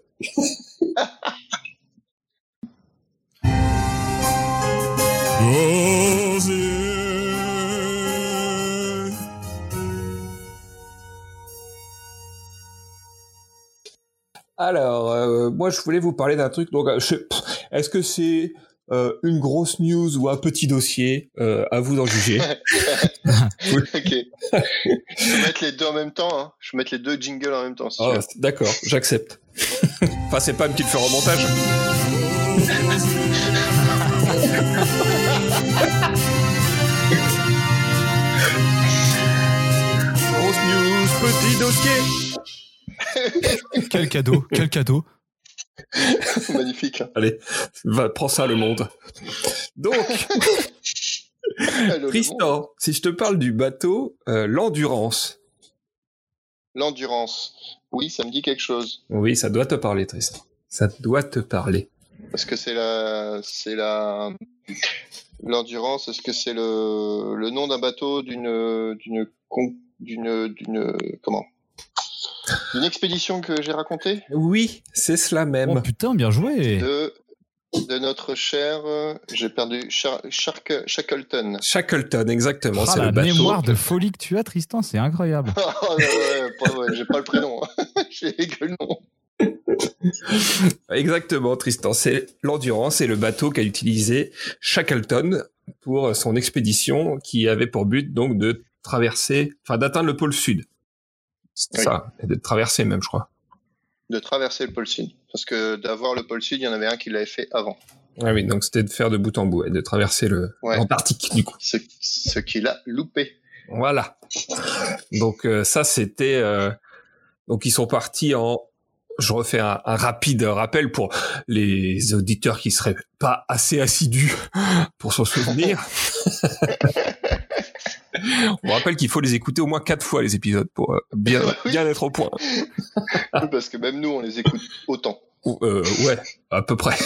Alors, euh, moi, je voulais vous parler d'un truc. Donc, je... est-ce que c'est euh, une grosse news ou un petit dossier euh, à vous d'en juger. Ok. Je vais mettre les deux en même temps. Hein. Je vais mettre les deux jingles en même temps. Si oh, d'accord, j'accepte. Enfin, c'est pas une petite fait remontage. Grosse news, petit dossier. Quel cadeau, quel cadeau. Magnifique. Hein. Allez, va, prends ça le monde. Donc, Hello, Tristan, si je te parle du bateau, euh, l'Endurance. L'Endurance. Oui, ça me dit quelque chose. Oui, ça doit te parler, Tristan. Ça doit te parler. Est-ce que c'est la, c'est la, l'endurance, est-ce que c'est le, le nom d'un bateau d'une, d'une, d'une, d'une, comment? D'une expédition que j'ai racontée? Oui, c'est cela même. Oh putain, bien joué. De, de notre cher, euh, j'ai perdu, Char, Shark, Shackleton. Shackleton, exactement. Ah, c'est la le bateau. mémoire de folie que tu as, Tristan, c'est incroyable. Oh, ouais, ouais, pas, ouais, j'ai pas le prénom. J'ai que le nom. Exactement, Tristan. C'est l'Endurance et le bateau qu'a utilisé Shackleton pour son expédition qui avait pour but donc de traverser, enfin d'atteindre le pôle sud. C'est Oui. ça, et de traverser même, je crois. De traverser le pôle sud. Parce que d'avoir le pôle sud, il y en avait un qui l'avait fait avant. Ah oui, donc c'était de faire de bout en bout et de traverser le Ouais. l'Antarctique du coup. Ce, ce qu'il a loupé. Voilà. Donc euh, ça c'était euh, donc ils sont partis en je refais un, un rapide rappel pour les auditeurs qui seraient pas assez assidus pour s'en souvenir. On rappelle qu'il faut les écouter au moins quatre fois les épisodes pour euh, bien Oui. bien être au point. Parce que même nous, on les écoute autant. Ou, euh, ouais, à peu près.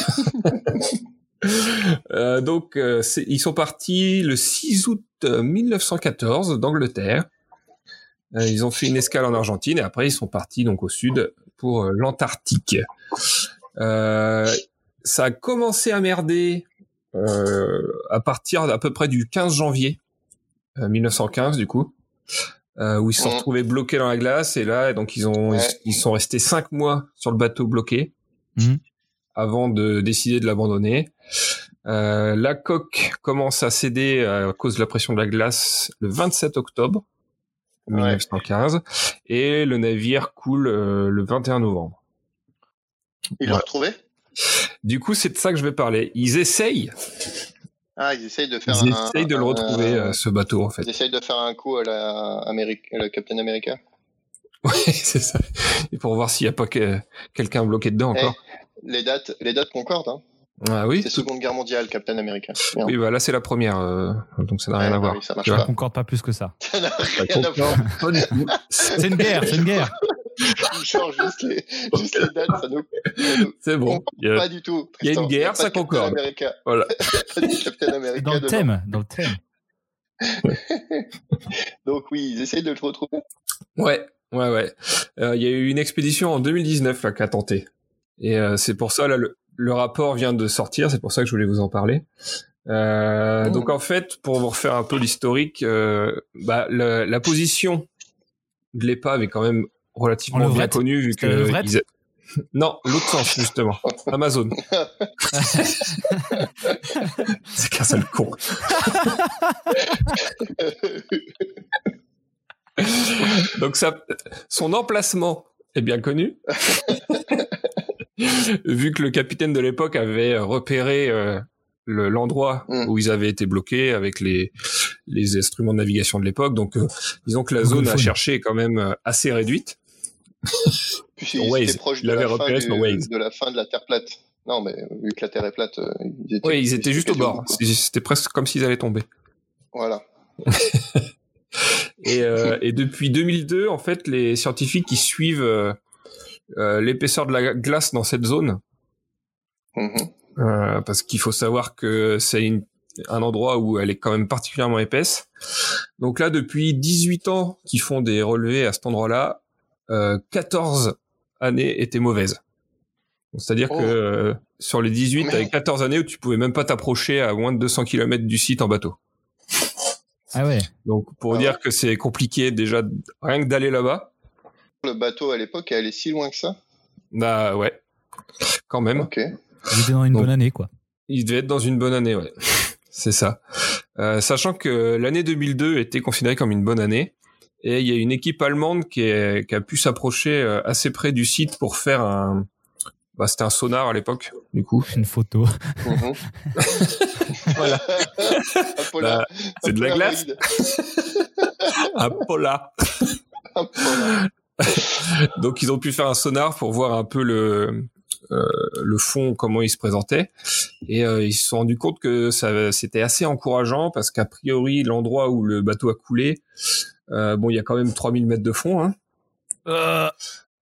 euh, donc, euh, c'est, ils sont partis le six août mille neuf cent quatorze d'Angleterre. Euh, ils ont fait une escale en Argentine et après ils sont partis donc au sud pour euh, l'Antarctique. Euh, ça a commencé à merder euh, à partir d'à peu près du quinze janvier euh, mille neuf cent quinze du coup. Euh, où ils se sont Mmh. retrouvés bloqués dans la glace et là donc ils ont Ouais. ils, ils sont restés cinq mois sur le bateau bloqué Mhm. avant de décider de l'abandonner. Euh, la coque commence à céder à cause de la pression de la glace le vingt-sept octobre mille neuf cent quinze et le navire coule euh, le vingt et un novembre. Ils Ouais. l'ont retrouvé? Du coup, c'est de ça que je vais parler. Ils essayent, Ah, ils essayent de faire ils un, essayent de le un- retrouver un- euh, ce bateau en fait. Ils essayent de faire un coup à la, Amérique, à la Captain America. Ouais, c'est ça. Et pour voir s'il y a pas que, quelqu'un bloqué dedans Eh, encore. les dates, les dates concordent, hein. Ah oui. C'est Seconde Guerre mondiale, Captain America. Merde. Oui, bah là c'est la première, euh, donc ça n'a rien Ouais, à voir. oui, ça marche Tu vois. Ça concorde pas plus que ça. Ça n'a Ça rien à voir. concorde pas du tout. C'est une guerre, c'est une guerre. Genre, juste les, juste les dates, ça nous, ça nous C'est bon. concorde Il y a- pas du tout. il y a une Tristan. guerre, pas ça de Captain concorde. America. Voilà. Pas de Captain America Dans le dedans. thème, dans le thème. Donc oui, ils essayent de le retrouver. Ouais, ouais, ouais. Euh, Il y a eu une expédition en deux mille dix-neuf là, qui a tenté. Et euh, c'est pour ça, là, le, le rapport vient de sortir, c'est pour ça que je voulais vous en parler. Euh, Oh. Donc en fait, pour vous refaire un peu l'historique, euh, bah, le- la position de l'épave avait quand même En relativement bien levrette connue vu C'était la que... levrette ils a- Non, l'autre sens justement. Amazon. C'est qu'un seul con. Donc ça, son emplacement est bien connu, vu que le capitaine de l'époque avait repéré euh, le- l'endroit Mm. où ils avaient été bloqués avec les les instruments de navigation de l'époque. Donc, euh, disons que la Google zone à Phone. chercher est quand même euh, assez réduite. Puis Sur ils Waze. étaient proches Il de avait la, fin repéré du, sur Waze. de la fin de la Terre plate. Non, mais vu que la Terre est plate, euh, ils étaient, Oui, ils étaient juste au quasi bord. bout, quoi. C'était presque comme s'ils allaient tomber. Voilà. Et, euh, et depuis deux mille deux, en fait, les scientifiques qui suivent euh, euh, l'épaisseur de la glace dans cette zone, Mhm. euh, parce qu'il faut savoir que c'est une- un endroit où elle est quand même particulièrement épaisse. Donc là, depuis dix-huit ans qu'ils font des relevés à cet endroit-là, euh, quatorze années étaient mauvaises. Donc, c'est-à-dire Oh. que euh, sur les dix-huit, Merde. t'avais quatorze années où tu pouvais même pas t'approcher à moins de deux cents kilomètres du site en bateau. Ah ouais. Donc pour Ah dire ouais. que c'est compliqué déjà rien que d'aller là-bas, Le bateau à l'époque est allé si loin que ça. bah ouais, quand même. Ok. Ils étaient dans une Donc- bonne année, quoi. Il devait être dans une bonne année, ouais. C'est ça. Euh, sachant que l'année deux mille deux était considérée comme une bonne année, et il y a une équipe allemande qui, est, qui a pu s'approcher euh, assez près du site pour faire un... Bah, c'était un sonar à l'époque, du coup. Une photo. Mhm. Voilà. Apollo. Bah, c'est de la glace. Un polar. Apollo. Donc ils ont pu faire un sonar pour voir un peu le euh, le fond, comment il se présentait, et euh, ils se sont rendus compte que ça c'était assez encourageant parce qu'a priori l'endroit où le bateau a coulé, euh, bon il y a quand même trois mille mètres de fond, hein. Euh,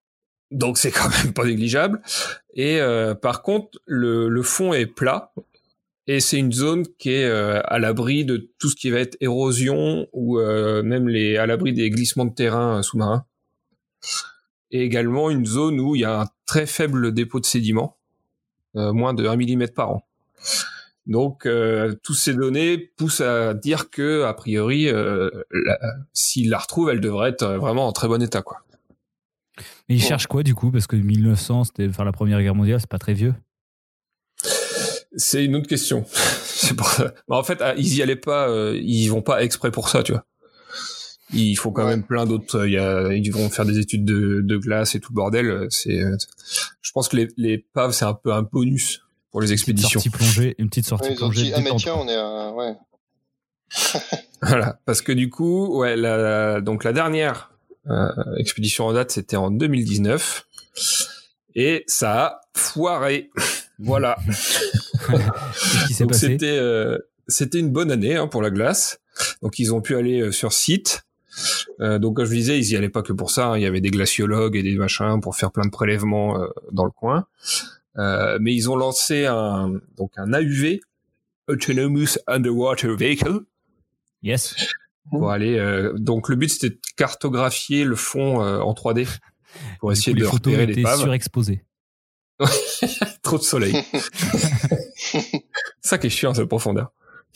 Donc c'est quand même pas négligeable. Et euh, par contre, le, le fond est plat. Et c'est une zone qui est euh, à l'abri de tout ce qui va être érosion ou euh, même les, à l'abri des glissements de terrain euh, sous-marins. Et également une zone où il y a un très faible dépôt de sédiments, euh, moins de un millimètre par an. Donc, euh, toutes ces données poussent à dire que, a priori, euh, la, s'ils la retrouvent, elle devrait être vraiment en très bon état, quoi. Mais ils cherchent quoi, du coup? Parce que mille neuf cents, c'était faire la Première Guerre mondiale, c'est pas très vieux. C'est une autre question. C'est pour ça. Mais en fait, ils y allaient pas, euh, ils y vont pas exprès pour ça, tu vois. Il faut quand ouais. même plein d'autres. Il y a, ils vont faire des études de, de glace et tout le bordel. C'est, je pense que les, les P A V, c'est un peu un bonus pour les expéditions. Une petite sortie plongée, une petite sortie ouais, plongée. Dit, ah mais tiens, on est à, ouais. Voilà, parce que du coup, ouais, la, donc la dernière euh, expédition en date, c'était en deux mille dix-neuf, et ça a foiré. Voilà. Qu'est-ce qui s'est donc passé? C'était, euh, c'était une bonne année hein, pour la glace. Donc ils ont pu aller euh, sur site. Euh, donc comme je disais, ils y allaient pas que pour ça. Hein. Il y avait des glaciologues et des machins pour faire plein de prélèvements euh, dans le coin. Euh, mais ils ont lancé un donc un A U V, Autonomous Underwater Vehicle. Yes. Pour aller. Euh, donc le but c'était de cartographier le fond euh, en trois D pour essayer coup, de repérer les épaves. Surexposées. Trop de soleil. Ça qui est chiant cette profondeur.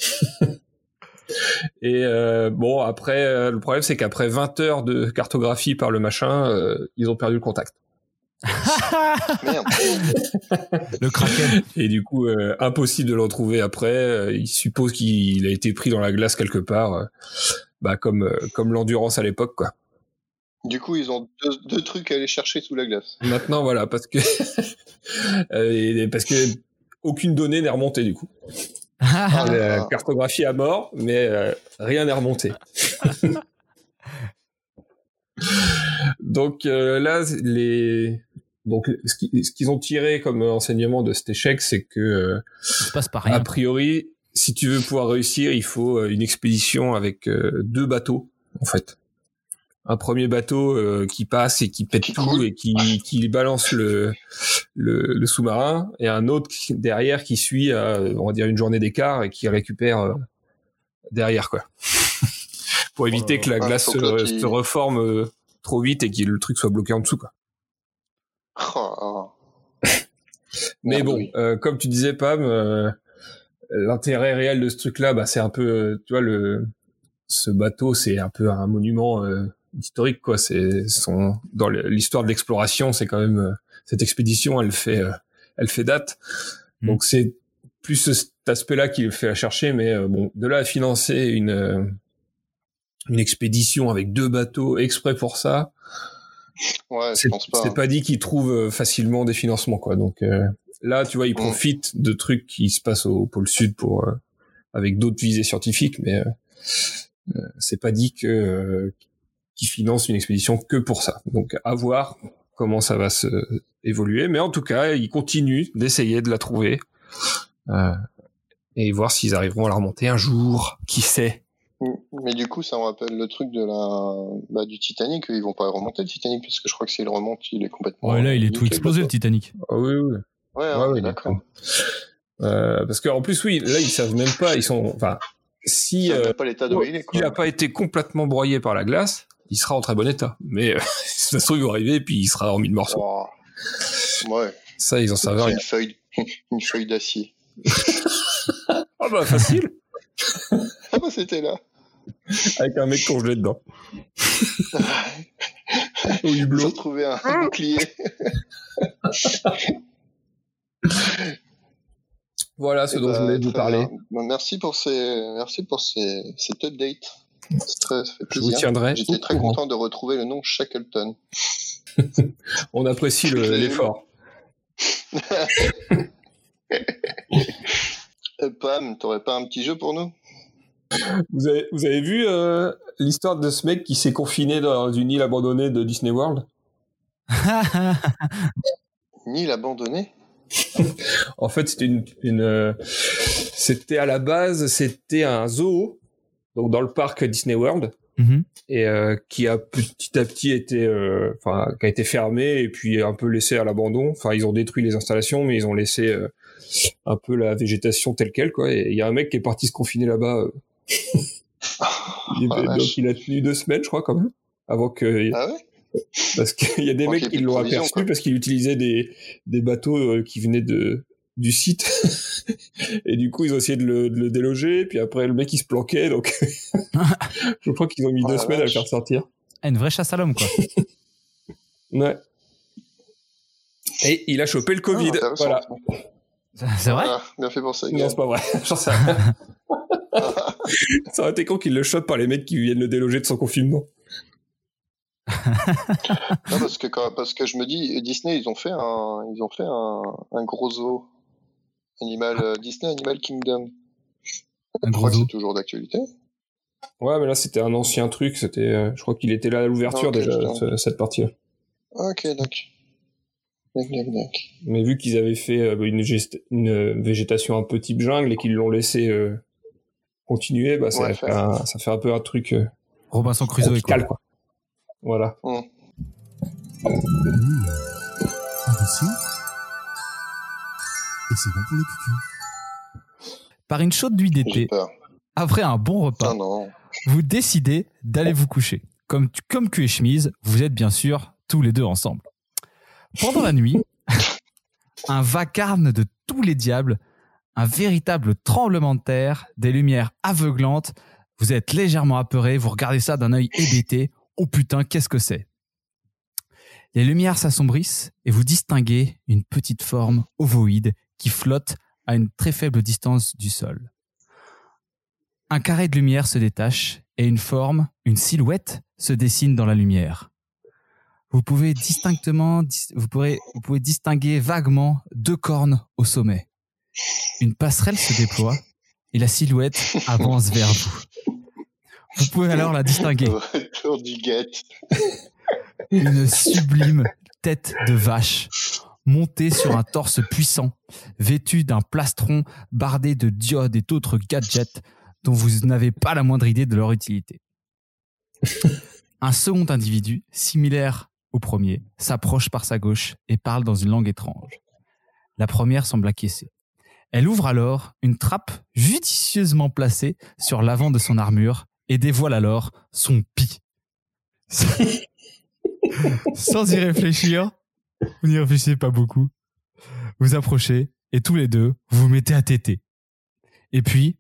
Et euh, bon après euh, le problème c'est qu'après vingt heures de cartographie par le machin, euh, ils ont perdu le contact. Merde. Le kraken. Et du coup euh, impossible de le retrouver après. Euh, il suppose qu'il a été pris dans la glace quelque part, euh, bah comme euh, comme l'endurance à l'époque quoi. Du coup ils ont deux, deux trucs à aller chercher sous la glace. Maintenant voilà parce que euh, parce que aucune donnée n'est remontée du coup. Ah, la cartographie à mort, mais euh, rien n'est remonté. Donc euh, là, les donc ce qu'ils, ce qu'ils ont tiré comme enseignement de cet échec, c'est que euh, ça se passe pas rien. A priori, si tu veux pouvoir réussir, il faut une expédition avec euh, deux bateaux, en fait. Un premier bateau euh, qui passe et qui pète tout et qui, qui balance le, le, le sous-marin, et un autre qui, derrière qui suit à, on va dire, une journée d'écart et qui récupère euh, derrière, quoi. Pour éviter oh, que la glace se, se, se reforme euh, trop vite et que le truc soit bloqué en dessous, quoi. Oh. Mais ah, bon, oui. euh, comme tu disais, Pam, euh, l'intérêt réel de ce truc-là, bah, c'est un peu, euh, tu vois, le, ce bateau, c'est un peu un monument euh, historique, quoi. C'est son dans l'histoire de l'exploration, c'est quand même euh, cette expédition, elle fait, euh, elle fait date. Mmh. Donc c'est plus cet aspect-là qui le fait la chercher, mais euh, bon, de là à financer une euh, une expédition avec deux bateaux exprès pour ça, ouais, c'est, je pense pas. C'est pas dit qu'ils trouvent facilement des financements, quoi. Donc euh, là, tu vois, ils profitent mmh. de trucs qui se passent au pôle Sud pour euh, avec d'autres visées scientifiques, mais euh, euh, c'est pas dit que euh, qu'ils financent une expédition que pour ça. Donc à voir comment ça va se évoluer, mais en tout cas, ils continuent d'essayer de la trouver euh, et voir s'ils arriveront à la remonter un jour. Qui sait? Mais du coup, ça me rappelle le truc de la bah, du Titanic. Ils vont pas remonter le Titanic parce que je crois que s'il remonte, il est complètement. Ouais, là, il est tout explosé le Titanic. Ah oui, oui. Ouais, ouais, hein, oui, d'accord. Euh, parce qu'en plus, oui, là, ils savent même pas. Ils sont, enfin, si euh, pas l'état d'où il est, quoi. Il a pas été complètement broyé par la glace, il sera en très bon état. Mais euh, ça se trouve, il va arriver et puis il sera en mille morceaux. Oh. Ouais. Ça, ils en savent rien. Une feuille, une feuille d'acier. Ah bah facile. Ah bah c'était là. Avec un mec congelé dedans. Au hublot. J'ai retrouvé un bouclier. Voilà ce et dont bah, je voulais vous parler. Bah, merci pour ces, merci pour ces, cet update. C'est très, ça fait plaisir. Je vous tiendrai. J'étais très courant. content de retrouver le nom Shackleton. On apprécie le, l'effort. euh, Pam, t'aurais pas un petit jeu pour nous? Vous avez, vous avez vu euh, l'histoire de ce mec qui s'est confiné dans une île abandonnée de Disney World? Une île abandonnée? En fait, c'était une, une euh, c'était à la base, c'était un zoo, donc dans le parc Disney World, Mhm. et euh, qui a petit à petit été, euh, enfin, qui a été fermé et puis un peu laissé à l'abandon. Enfin, ils ont détruit les installations, mais ils ont laissé euh, un peu la végétation telle quelle, quoi. Et il y a un mec qui est parti se confiner là-bas. Euh... il, Ah, donc vache. il a tenu deux semaines, je crois, quand même, avant que. Ah ouais? Parce qu'il y a des Bon, mecs qu'il y ait qui plus de l'ont provisions, aperçu quoi. parce qu'il utilisait des des bateaux euh, qui venaient de du site et du coup ils ont essayé de le, de le déloger, puis après le mec il se planquait, donc je crois qu'ils ont mis Oh, deux la semaines à le vache. faire sortir. Ah, une vraie chasse à l'homme, quoi. Ouais. Et il a chopé le Covid. Ah, intéressant, Voilà. C'est c'est vrai? Voilà, bien fait pour ça. Non, Gab. c'est pas vrai. J'en sais rien. Ça aurait été con qu'il le chope par les mecs qui viennent le déloger de son confinement. Non, parce que quand, parce que je me dis, Disney, ils ont fait un, ils ont fait un, un gros zoo. Animal, euh, Disney Animal Kingdom. Un Je gros crois que zoo. c'est toujours d'actualité. Ouais, mais là c'était un ancien truc. C'était, euh, je crois qu'il était là à l'ouverture Ok, déjà putain. ce- cette partie. Ok, d'accord. Dac, dac, dac. Mais vu qu'ils avaient fait euh, une, gest- une euh, végétation un peu type jungle et qu'ils l'ont laissé euh, continuer, bah ça, Ouais, fait faire. un, ça fait un peu un truc euh, Robinson Crusoe, quoi. tropical, quoi. Voilà. Hum. Un dossier. Et c'est bon pour le cucu. Par une chaude nuit J'ai d'été, peur. après un bon repas, Ah non. vous décidez d'aller vous coucher. Comme, comme cul et chemise, vous êtes bien sûr tous les deux ensemble. Pendant la nuit, un vacarme de tous les diables, un véritable tremblement de terre, des lumières aveuglantes, vous êtes légèrement apeuré, vous regardez ça d'un œil hébété. Oh putain, qu'est-ce que c'est? Les lumières s'assombrissent et vous distinguez une petite forme ovoïde qui flotte à une très faible distance du sol. Un carré de lumière se détache et une forme, une silhouette se dessine dans la lumière. Vous pouvez distinctement, vous pourrez, vous pouvez distinguer vaguement deux cornes au sommet. Une passerelle se déploie et la silhouette avance vers vous. Vous pouvez alors la distinguer. Retour du guette. Une sublime tête de vache, montée sur un torse puissant, vêtue d'un plastron bardé de diodes et d'autres gadgets dont vous n'avez pas la moindre idée de leur utilité. Un second individu, similaire au premier, s'approche par sa gauche et parle dans une langue étrange. La première semble acquiescer. Elle ouvre alors une trappe judicieusement placée sur l'avant de son armure et dévoile alors son pis. Sans y réfléchir, vous n'y réfléchissez pas beaucoup, vous approchez et tous les deux, vous vous mettez à téter. Et puis...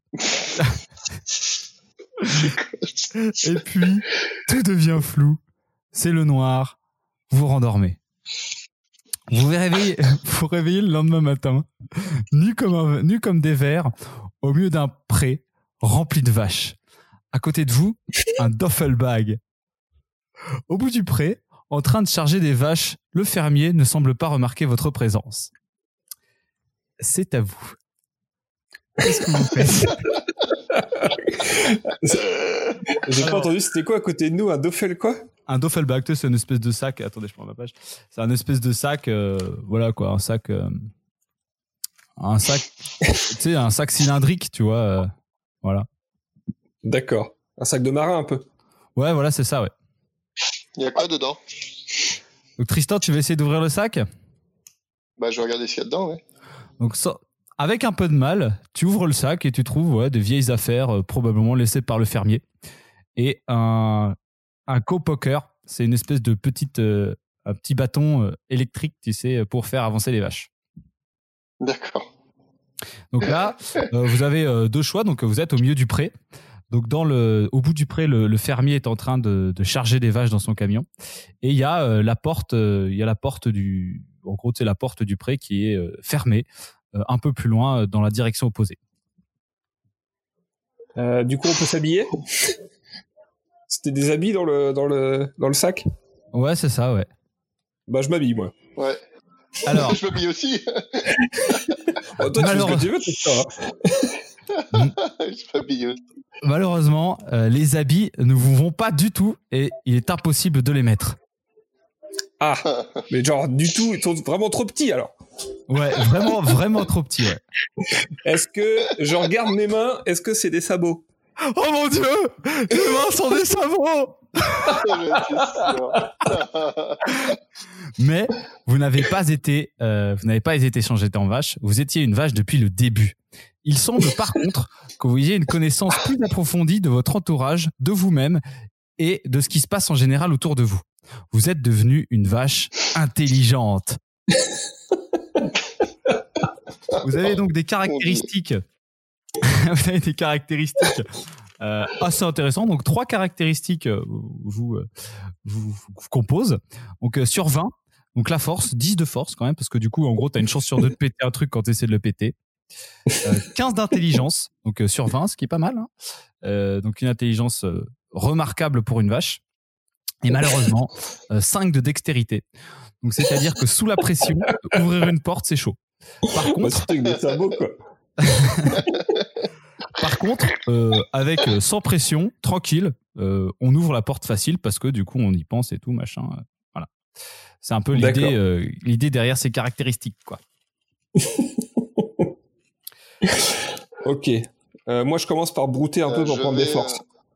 et puis, tout devient flou. C'est le noir. Vous rendormez. Vous vous réveillez, vous réveillez le lendemain matin, nu comme, un, nu comme des vers, au milieu d'un pré rempli de vaches. À côté de vous, un duffelbag. Au bout du pré, en train de charger des vaches, le fermier ne semble pas remarquer votre présence. C'est à vous. Qu'est-ce que vous faites? J'ai pas entendu, c'était quoi à côté de nous, un Doffel quoi? Un duffelbag, c'est une espèce de sac. Attendez, je prends ma page. C'est un espèce de sac, euh, voilà quoi, un sac, euh, un sac, tu sais, un sac cylindrique, tu vois, euh, voilà. D'accord. Un sac de marin un peu. Ouais, voilà, c'est ça, ouais. Il y a quoi dedans? Donc Tristan, tu veux essayer d'ouvrir le sac? Bah, je vais regarder ce qu'il y a dedans, ouais. Donc ça, avec un peu de mal, tu ouvres le sac et tu trouves ouais, des vieilles affaires euh, probablement laissées par le fermier et un un co-poker, c'est une espèce de petite euh, un petit bâton euh, électrique, tu sais, pour faire avancer les vaches. D'accord. Donc là, euh, vous avez euh, deux choix. Donc vous êtes au milieu du pré. Donc dans le, au bout du pré, le, le fermier est en train de, de charger des vaches dans son camion. Et il y a euh, la porte, euh, il y a la porte du, en gros, c'est la porte du pré qui est euh, fermée euh, un peu plus loin euh, dans la direction opposée. Euh, du coup, on peut s'habiller. C'était des habits dans le dans le dans le sac. Ouais, c'est ça, ouais. Bah, je m'habille moi. Ouais. Alors, Je m'habille aussi. Oh, toi, tu fais ce Malheureux- que tu veux, Tristan, hein. Je m'habille aussi. malheureusement, euh, les habits ne vous vont pas du tout et il est impossible de les mettre. Ah, mais genre du tout, ils sont vraiment trop petits alors. Ouais, vraiment, vraiment trop petit. Ouais. Est-ce que je regarde mes mains? Est-ce que c'est des sabots? Oh mon Dieu, les mains sont des savons. Mais vous n'avez pas été, euh, vous n'avez pas été changé en vache. Vous étiez une vache depuis le début. Il semble par contre que vous ayez une connaissance plus approfondie de votre entourage, de vous-même et de ce qui se passe en général autour de vous. Vous êtes devenu une vache intelligente. Vous avez donc des caractéristiques. Vous avez des caractéristiques euh, assez intéressantes. Donc trois caractéristiques euh, vous, euh, vous, vous composent. Donc euh, sur vingt, donc la force, dix de force quand même, parce que du coup en gros tu as une chance sur deux de péter un truc quand tu essaies de le péter. Euh, quinze d'intelligence, donc euh, sur vingt, ce qui est pas mal. Hein. Euh, donc une intelligence euh, remarquable pour une vache. Et malheureusement, euh, cinq de dextérité. Donc c'est-à-dire que sous la pression, ouvrir une porte, c'est chaud. Par contre, c'est avec des sabots, quoi. Par contre, euh, avec euh, sans pression, tranquille, euh, on ouvre la porte facile parce que du coup on y pense et tout machin. Euh, voilà, c'est un peu l'idée, euh, l'idée derrière ces caractéristiques, quoi. Ok. Euh, moi, je commence par brouter un euh, peu pour prendre vais... des forces.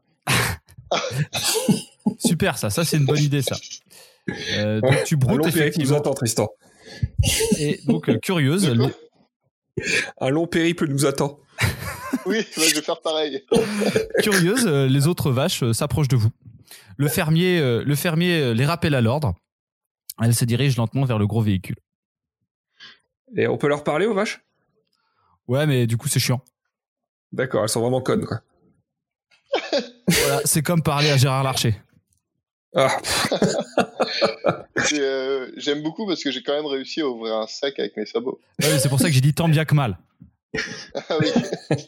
Super, ça. Ça, c'est une bonne idée, ça. Euh, donc, tu broutes, un long effectivement. périple nous attend, Tristan. Et donc, euh, curieuse. Les... Un long périple nous attend. Oui, bah, je vais faire pareil. Curieuse, euh, les autres vaches euh, s'approchent de vous. Le fermier, euh, le fermier euh, les rappelle à l'ordre. Elle se dirige lentement vers le gros véhicule. Et on peut leur parler aux vaches ? Ouais, mais du coup, c'est chiant. D'accord, elles sont vraiment connes, quoi. Voilà, c'est comme parler à Gérard Larcher. Ah. euh, j'aime beaucoup parce que j'ai quand même réussi à ouvrir un sac avec mes sabots. Ouais, c'est pour ça que j'ai dit tant bien que mal. Ah oui.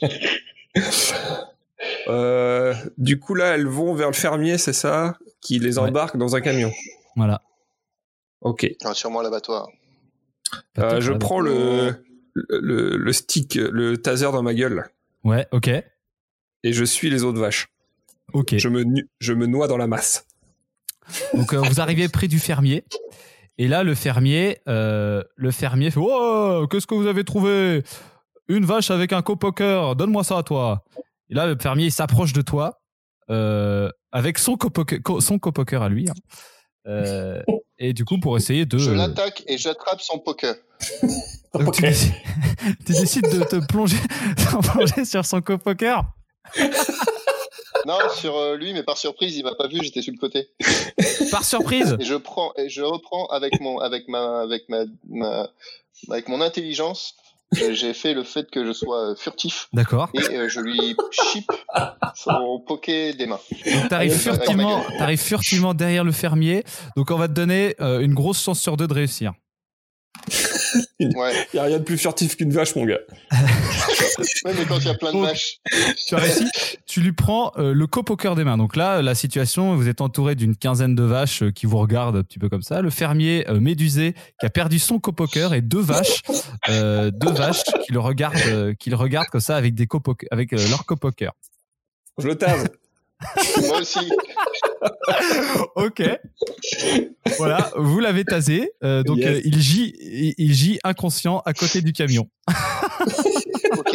euh, du coup, là, elles vont vers le fermier, c'est ça ? Qui les embarque ouais. dans un camion. Voilà. Ok. Ah, sûrement l'abattoir. Euh, je prends le, le, le stick, le taser dans ma gueule. Là. Ouais, ok. Et je suis les autres vaches. Ok. Je me, je me noie dans la masse. Donc, euh, vous arrivez près du fermier. Et là, le fermier, euh, le fermier fait « Oh, qu'est-ce que vous avez trouvé ? Une vache avec un copoker, donne-moi ça à toi. » Et là, le fermier il s'approche de toi euh, avec son copoker, son copoker à lui. Hein. Euh, et du coup, pour essayer de... Je l'attaque et j'attrape son poker. Donc, okay. tu, décides, tu décides de te plonger, de plonger sur son copoker. Non, sur euh, lui, mais par surprise, il m'a pas vu, j'étais sur le côté. Par surprise. Et je prends, et je reprends avec mon, avec ma, avec ma, ma avec mon intelligence. J'ai fait le fait que je sois furtif. D'accord. Et euh, je lui chip son poké des mains. Donc t'arrives furtivement, t'arrives furtivement derrière le fermier. Donc on va te donner euh, une grosse chance sur deux de réussir. Ouais. Il n'y a rien de plus furtif qu'une vache, mon gars. Ouais, mais quand il y a plein de donc, vaches. Tu as réussi. Tu lui prends euh, le copoker des mains. Donc là, la situation, vous êtes entouré d'une quinzaine de vaches euh, qui vous regardent un petit peu comme ça. Le fermier euh, médusé qui a perdu son copoker et deux vaches, euh, deux vaches qui le regardent, euh, qui le regardent comme ça avec des copoker, avec euh, leur copoker. Je le tase. Moi aussi. Ok. Voilà, vous l'avez tasé. Euh, donc yes. euh, il gît, il, il gît inconscient à côté du camion. Ok.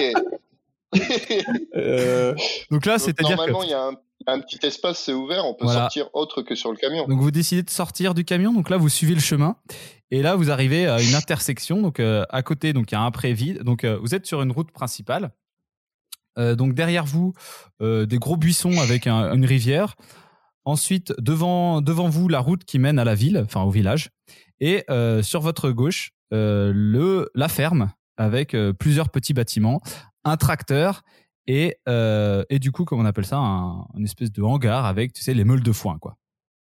euh, donc là, donc, c'est-à-dire normalement, que... il y a un, un petit espace, c'est ouvert, on peut voilà. sortir autre que sur le camion. Donc vous décidez de sortir du camion. Donc là, vous suivez le chemin. Et là, vous arrivez à une intersection. Donc euh, à côté, donc il y a un pré vide. Donc euh, vous êtes sur une route principale. Euh, donc derrière vous, euh, des gros buissons avec un, une rivière. Ensuite, devant, devant vous, la route qui mène à la ville, enfin au village. Et euh, sur votre gauche, euh, le, la ferme avec euh, plusieurs petits bâtiments, un tracteur et, euh, et du coup, comme on appelle ça, un, une espèce de hangar avec, tu sais, les meules de foin, quoi.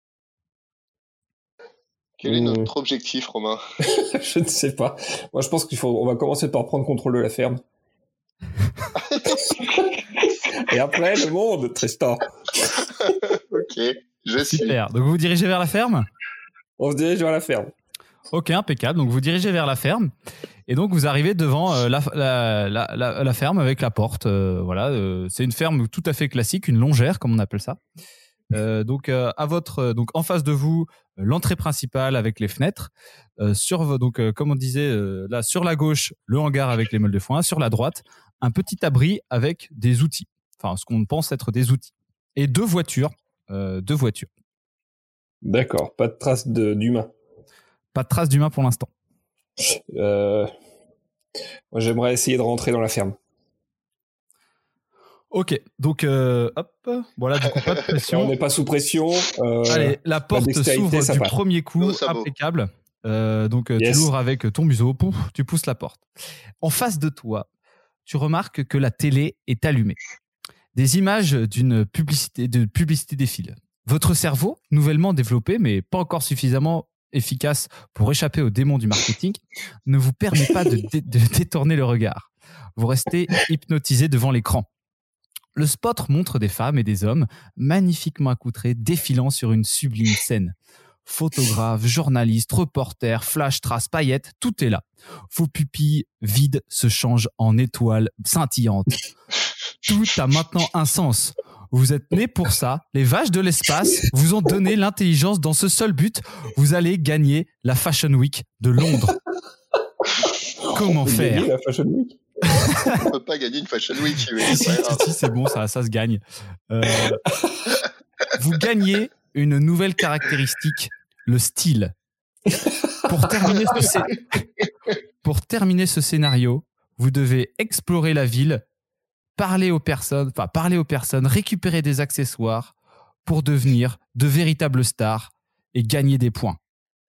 Quel est notre objectif, Romain ? Je ne sais pas. Moi, je pense qu'il faut, on va commencer par prendre contrôle de la ferme. Et après, le monde, Tristan. Ok, je suis. Super. Donc, vous vous dirigez vers la ferme ? On se dirige vers la ferme. Ok, impeccable. Donc, vous dirigez vers la ferme. Et donc, vous arrivez devant euh, la, la, la, la, la ferme avec la porte. Euh, voilà, euh, c'est une ferme tout à fait classique, une longère, comme on appelle ça. Euh, donc, euh, à votre, donc, en face de vous, euh, l'entrée principale avec les fenêtres. Euh, sur, donc, euh, comme on disait, euh, là, sur la gauche, le hangar avec les meules de foin. Sur la droite, un petit abri avec des outils. enfin ce qu'on pense être des outils, et deux voitures, euh, deux voitures. D'accord, pas de traces de, d'humain. Pas de traces d'humain pour l'instant. Euh... Moi, j'aimerais essayer de rentrer dans la ferme. Ok, donc euh, hop, voilà, du coup pas de pression. On n'est pas sous pression. Euh, Allez, la porte s'ouvre du passe. premier coup, Oh, impeccable. Euh, donc yes. tu l'ouvres avec ton museau, pouf, tu pousses la porte. En face de toi, tu remarques que la télé est allumée. Des images d'une publicité, de publicité défilent. Votre cerveau, nouvellement développé, mais pas encore suffisamment efficace pour échapper aux démons du marketing, ne vous permet pas de, dé- de détourner le regard. Vous restez hypnotisé devant l'écran. Le spot montre des femmes et des hommes magnifiquement accoutrés défilant sur une sublime scène. Photographes, journalistes, reporters, flash, traces, paillettes, tout est là. Vos pupilles vides se changent en étoiles scintillantes. Tout a maintenant un sens. Vous êtes nés pour ça. Les vaches de l'espace vous ont donné l'intelligence dans ce seul but. Vous allez gagner la Fashion Week de Londres. Comment faire ? La Fashion Week. On peut pas gagner une Fashion Week. Oui, Si, si, si, c'est bon, ça, ça se gagne. Euh, vous gagnez une nouvelle caractéristique, le style. Pour terminer ce, scé- pour terminer ce scénario, vous devez explorer la ville, parler aux personnes, enfin parler aux personnes, récupérer des accessoires pour devenir de véritables stars et gagner des points.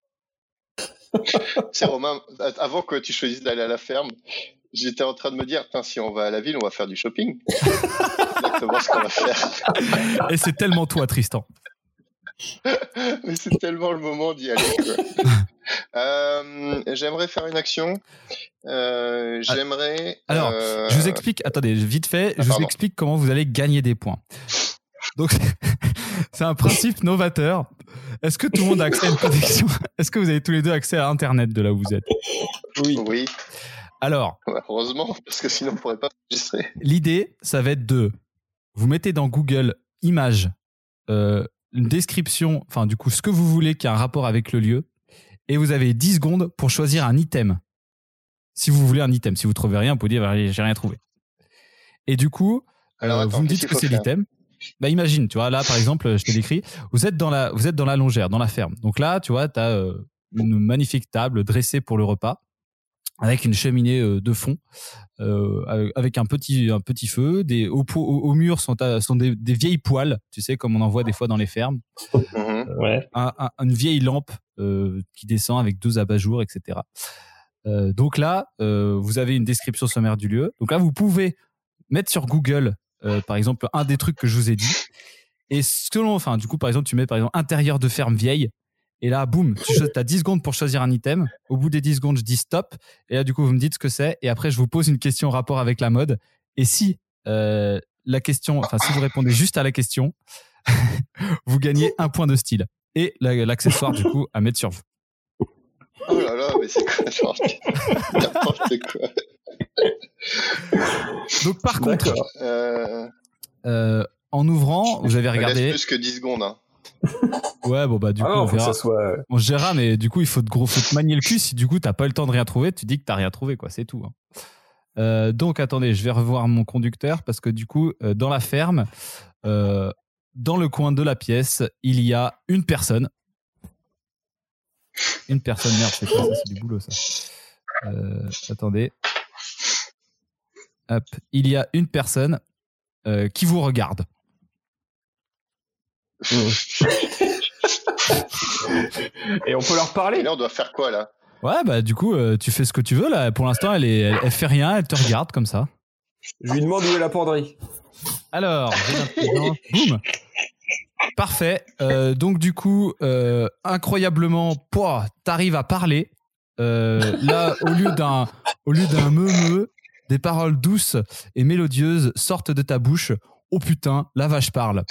C'est Romain, avant que tu choisisses d'aller à la ferme, j'étais en train de me dire, si on va à la ville, on va faire du shopping. C'est exactement ce qu'on va faire. Et c'est tellement toi, Tristan. Mais c'est tellement le moment d'y aller, quoi. euh, j'aimerais faire une action. Euh, j'aimerais. Alors, euh... je vous explique. Attendez, vite fait, Ah, je vous pardon. explique comment vous allez gagner des points. Donc, c'est un principe novateur. Est-ce que tout le monde a accès à une connexion ? Est-ce que vous avez tous les deux accès à Internet de là où vous êtes ? Oui. Oui, Alors, heureusement, parce que sinon on pourrait pas enregistrer. l'idée, ça va être de vous mettez dans Google Images euh, une description, enfin du coup ce que vous voulez qui a un rapport avec le lieu, et vous avez dix secondes pour choisir un item. Si vous voulez un item, si vous trouvez rien, vous pouvez dire j'ai rien trouvé. Et du coup, Alors, euh, attends, vous me qu'est-ce dites qu'il que faut c'est faire ? l'item. Bah imagine, tu vois, là par exemple, je te décris, vous êtes dans la, vous êtes dans la longère, dans la ferme. Donc là, tu vois, tu as euh, une magnifique table dressée pour le repas, avec une cheminée euh, de fond, euh, avec un petit, un petit feu. Des, au, au, au mur sont, à, sont des, des vieilles poêles, tu sais, comme on en voit des fois dans les fermes. Mhm. Ouais. Un, un, une vieille lampe euh, qui descend avec deux abat-jours, et cetera. Euh, donc là, euh, vous avez une description sommaire du lieu. Donc là, vous pouvez mettre sur Google, euh, par exemple, un des trucs que je vous ai dit. Et selon, enfin, du coup, par exemple, tu mets par exemple intérieur de ferme vieille. Et là, boum, tu as dix secondes pour choisir un item. Au bout des dix secondes, je dis stop. Et là, du coup, vous me dites ce que c'est. Et après, je vous pose une question en rapport avec la mode. Et si euh, la question, enfin, si vous répondez juste à la question, vous gagnez un point de style. Et l'accessoire, du coup, à mettre sur vous. Oh là là, mais c'est quoi, genre, n'importe quoi. Donc, par contre, Euh, euh, en ouvrant, vous avez ça regardé. laisse plus que dix secondes. Hein. Ouais, bon, bah, du Ah coup, non, on faut que verra. ça soit. On se gérera, mais du coup, il faut te, gros, faut te manier le cul. Si du coup, t'as pas eu le temps de rien trouver, tu dis que t'as rien trouvé, quoi. C'est tout. Hein. Euh, donc, attendez, je vais revoir mon conducteur parce que du coup, euh, dans la ferme, euh, dans le coin de la pièce, il y a une personne. Une personne, merde, c'est quoi ça? C'est du boulot, ça. Euh, attendez. Hop. Il y a une personne euh, qui vous regarde. Et on peut leur Et parler. là, on doit faire quoi, là? Ouais, bah du coup, euh, tu fais ce que tu veux là. Pour l'instant, elle, est, elle, elle fait rien, elle te regarde comme ça. Je lui demande où est la penderie. Alors, boum. Parfait. Euh, donc du coup, euh, incroyablement, pouah, t'arrives à parler. Euh, là, au lieu d'un, au lieu d'un meu-meu, des paroles douces et mélodieuses sortent de ta bouche. Oh putain, la vache parle.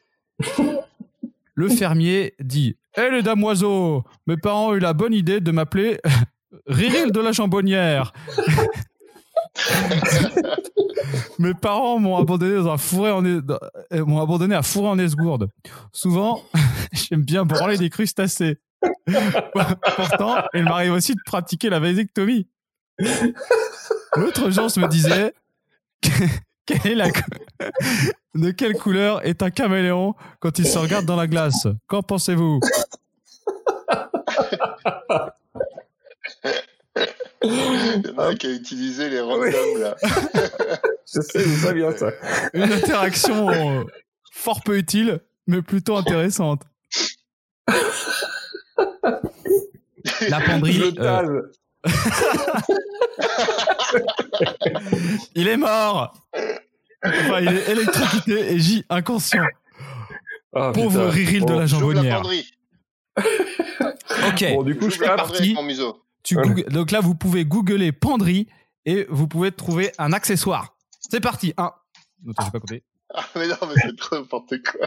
Le fermier dit: hé les damoiseaux, mes parents ont eu la bonne idée de m'appeler Riril de la Chambonnière. Mes parents m'ont abandonné dans un fourré en es... m'ont abandonné à fourrer en esgourde. Souvent, j'aime bien branler des crustacés. Pourtant, il m'arrive aussi de pratiquer la vasectomie. L'autre jour, je me disais Quelle est la co- de quelle couleur est un caméléon quand il se regarde dans la glace? Qu'en pensez-vous? Il y en a un qui a utilisé les randoms, là. Je sais d'où ça vient, ça. Une interaction euh, fort peu utile, mais plutôt intéressante. La penderie. Je euh, tase. il est mort. Enfin, il est électrocuté et J inconscient. Ah, Pauvre putain. Riril de Bon. la J'ouvre la jambonnière. penderie. Ok. Bon, du coup, je J'ouvre la tape. penderie avec mon museau. Tu Ouais. googles- donc là, vous pouvez googler penderie et vous pouvez trouver un accessoire. C'est parti. Un. Non, attends, j'ai pas compté. Ah, mais non, mais c'est trop n'importe quoi.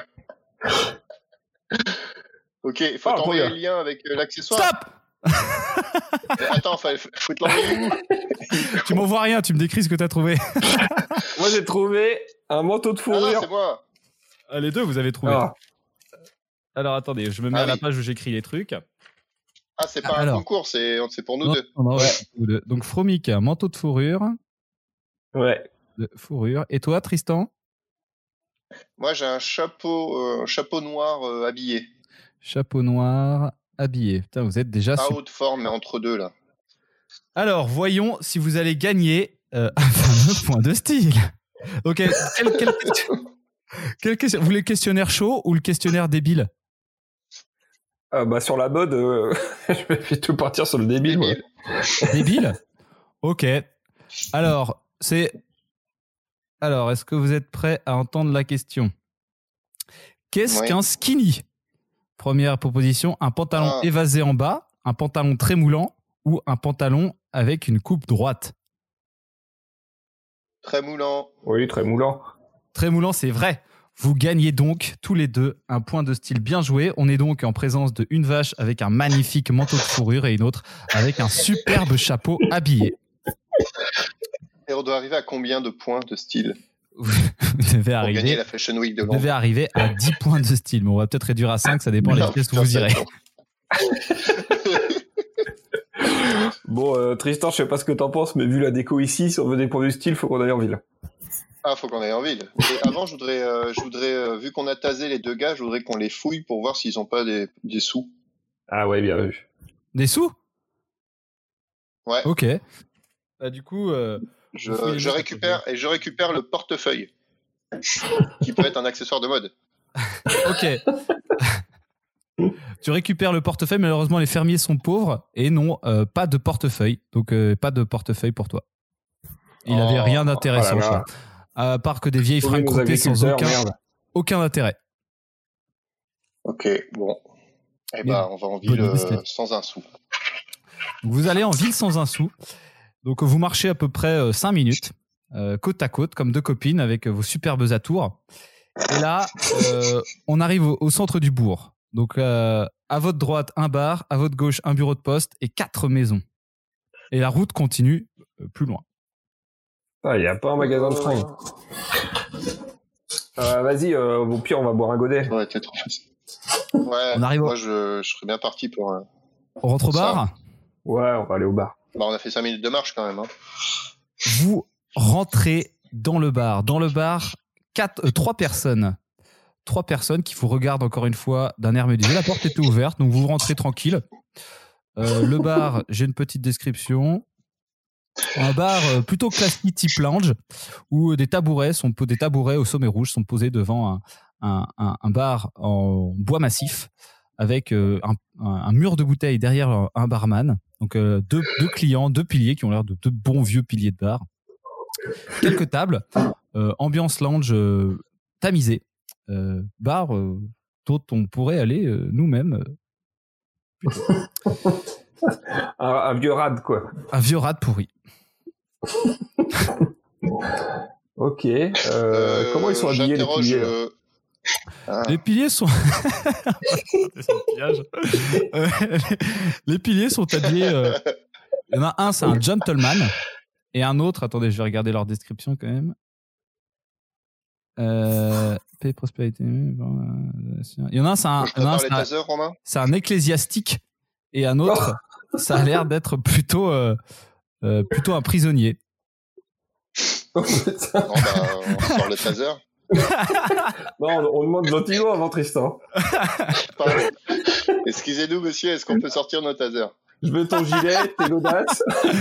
Ok, il faut Ah, t'envoyer trop le lien avec euh, l'accessoire. Stop. Euh, Attends, faut, faut te l'envoyer où? Tu m'envoies rien, tu me décris ce que t'as trouvé. Moi, j'ai trouvé un manteau de Ah non, fourrure. c'est moi. Ah, les deux, vous avez trouvé. Ah. Alors attendez, je me mets Ah à la oui. page où j'écris les trucs. Ah, c'est pas Alors. un concours, c'est c'est pour nous Non, deux. non, non, ouais, vous deux. Donc Fromic, un manteau de fourrure, Ouais. de fourrure. Et toi, Tristan? Moi, j'ai un chapeau, euh, chapeau noir euh, habillé. Chapeau noir, habillé. Putain, vous êtes déjà. Pas super- haute forme, mais entre deux, là. Alors, voyons si vous allez gagner euh, un fameux point de style. Ok, quel, quel, quel question- vous voulez le questionnaire chaud ou le questionnaire débile? Ah, bah, sur la mode, euh, je vais plutôt partir sur le débile, moi. Débile. Débile? Ok. Alors, c'est. Alors, est-ce que vous êtes prêts à entendre la question? Qu'est-ce Ouais. qu'un skinny? Première proposition, un pantalon Ah. évasé en bas, un pantalon très moulant ou un pantalon avec une coupe droite? Très moulant. Oui, très moulant. Très moulant, c'est vrai. Vous gagnez donc tous les deux un point de style bien joué. On est donc en présence de une vache avec un magnifique manteau de fourrure et une autre avec un superbe chapeau habillé. Et on doit arriver à combien de points de style Vous devez pour gagner arriver, la Fashion Week de vous Londres? devez arriver à dix points de style. Mais on va peut-être réduire à cinq, ça dépend Non, les pièces où putain, vous irez. c'est Bon, euh, Tristan, je sais pas ce que t'en penses, mais vu la déco ici, si on veut des points de style, faut qu'on aille en ville. Ah, faut qu'on aille en ville. Et avant, je voudrais, euh, je voudrais euh, vu qu'on a tasé les deux gars, je voudrais qu'on les fouille pour voir s'ils ont pas des, des sous. Ah ouais, bien vu. Des sous? Ouais. Ok. Bah, du coup, euh, Je, Vous fouillez je les récupère et je récupère le portefeuille, qui peut être un accessoire de mode. ok. Tu récupères le portefeuille, mais malheureusement les fermiers sont pauvres et non, euh, pas de portefeuille. Donc euh, pas de portefeuille pour toi. Il n'avait Oh, rien d'intéressant, oh là là. ça. À part que des vieilles Sauvez fringues nos croûtées sans agriculteurs, aucun, merde. aucun intérêt. Ok, bon. Eh Mais ben, on va en bonne ville euh, idée. sans un sou. Donc, vous allez en ville sans un sou. Donc vous marchez à peu près cinq minutes, euh, côte à côte, comme deux copines, avec vos superbes atours. Et là, euh, on arrive au, au centre du bourg. Donc euh, à votre droite, un bar, à votre gauche, un bureau de poste et quatre maisons. Et la route continue euh, plus loin. Ah, y a pas un magasin de fringues. Euh, vas-y, euh, au pire, on va boire un godet. Ouais, t'es trop facile. Ouais, On arrive au- moi je, je serais bien parti pour... euh, On rentre au Ça. bar. Ouais, on va aller au bar. Bah, on a fait cinq minutes de marche quand même. Hein. Vous rentrez dans le bar. Dans le bar, quatre, euh, trois personnes. Trois personnes qui vous regardent encore une fois d'un air médusé. La porte était ouverte, donc vous rentrez tranquille. Euh, le bar, j'ai une petite description. Un bar euh, plutôt classique type lounge, où des tabourets, sont, des tabourets au sommet rouge sont posés devant un, un, un, un bar en bois massif, avec euh, un, un mur de bouteilles derrière un barman. Donc euh, deux, deux clients, deux piliers qui ont l'air de deux bons vieux piliers de bar. Quelques tables, euh, ambiance lounge euh, tamisée, euh, bar euh, dont on pourrait aller euh, nous-mêmes. euh, Un, un vieux rad, quoi. un vieux rat pourri. Ok. Euh, Euh, comment ils sont habillés, les j'interroge, piliers, là euh, ah, Les piliers sont. C'est un pillage. Euh, les- les piliers sont habillés. euh, Il y en a un, c'est un gentleman. Et un autre, attendez, je vais regarder leur description quand même. Euh, paix, prospérité. bon, euh, Il y en a un, c'est un, je il y en a un, prépare c'est les un- tasers, Romain. c'est un ecclésiastique. Et un autre, ça a l'air d'être plutôt, euh, euh, plutôt un prisonnier. Oh, putain. Non, bah, on sort le taser. Non, on, on demande gentiment avant Tristan. Pardon. Excusez-nous, monsieur, est-ce qu'on peut sortir nos tasers? Je veux ton gilet, tes godasses.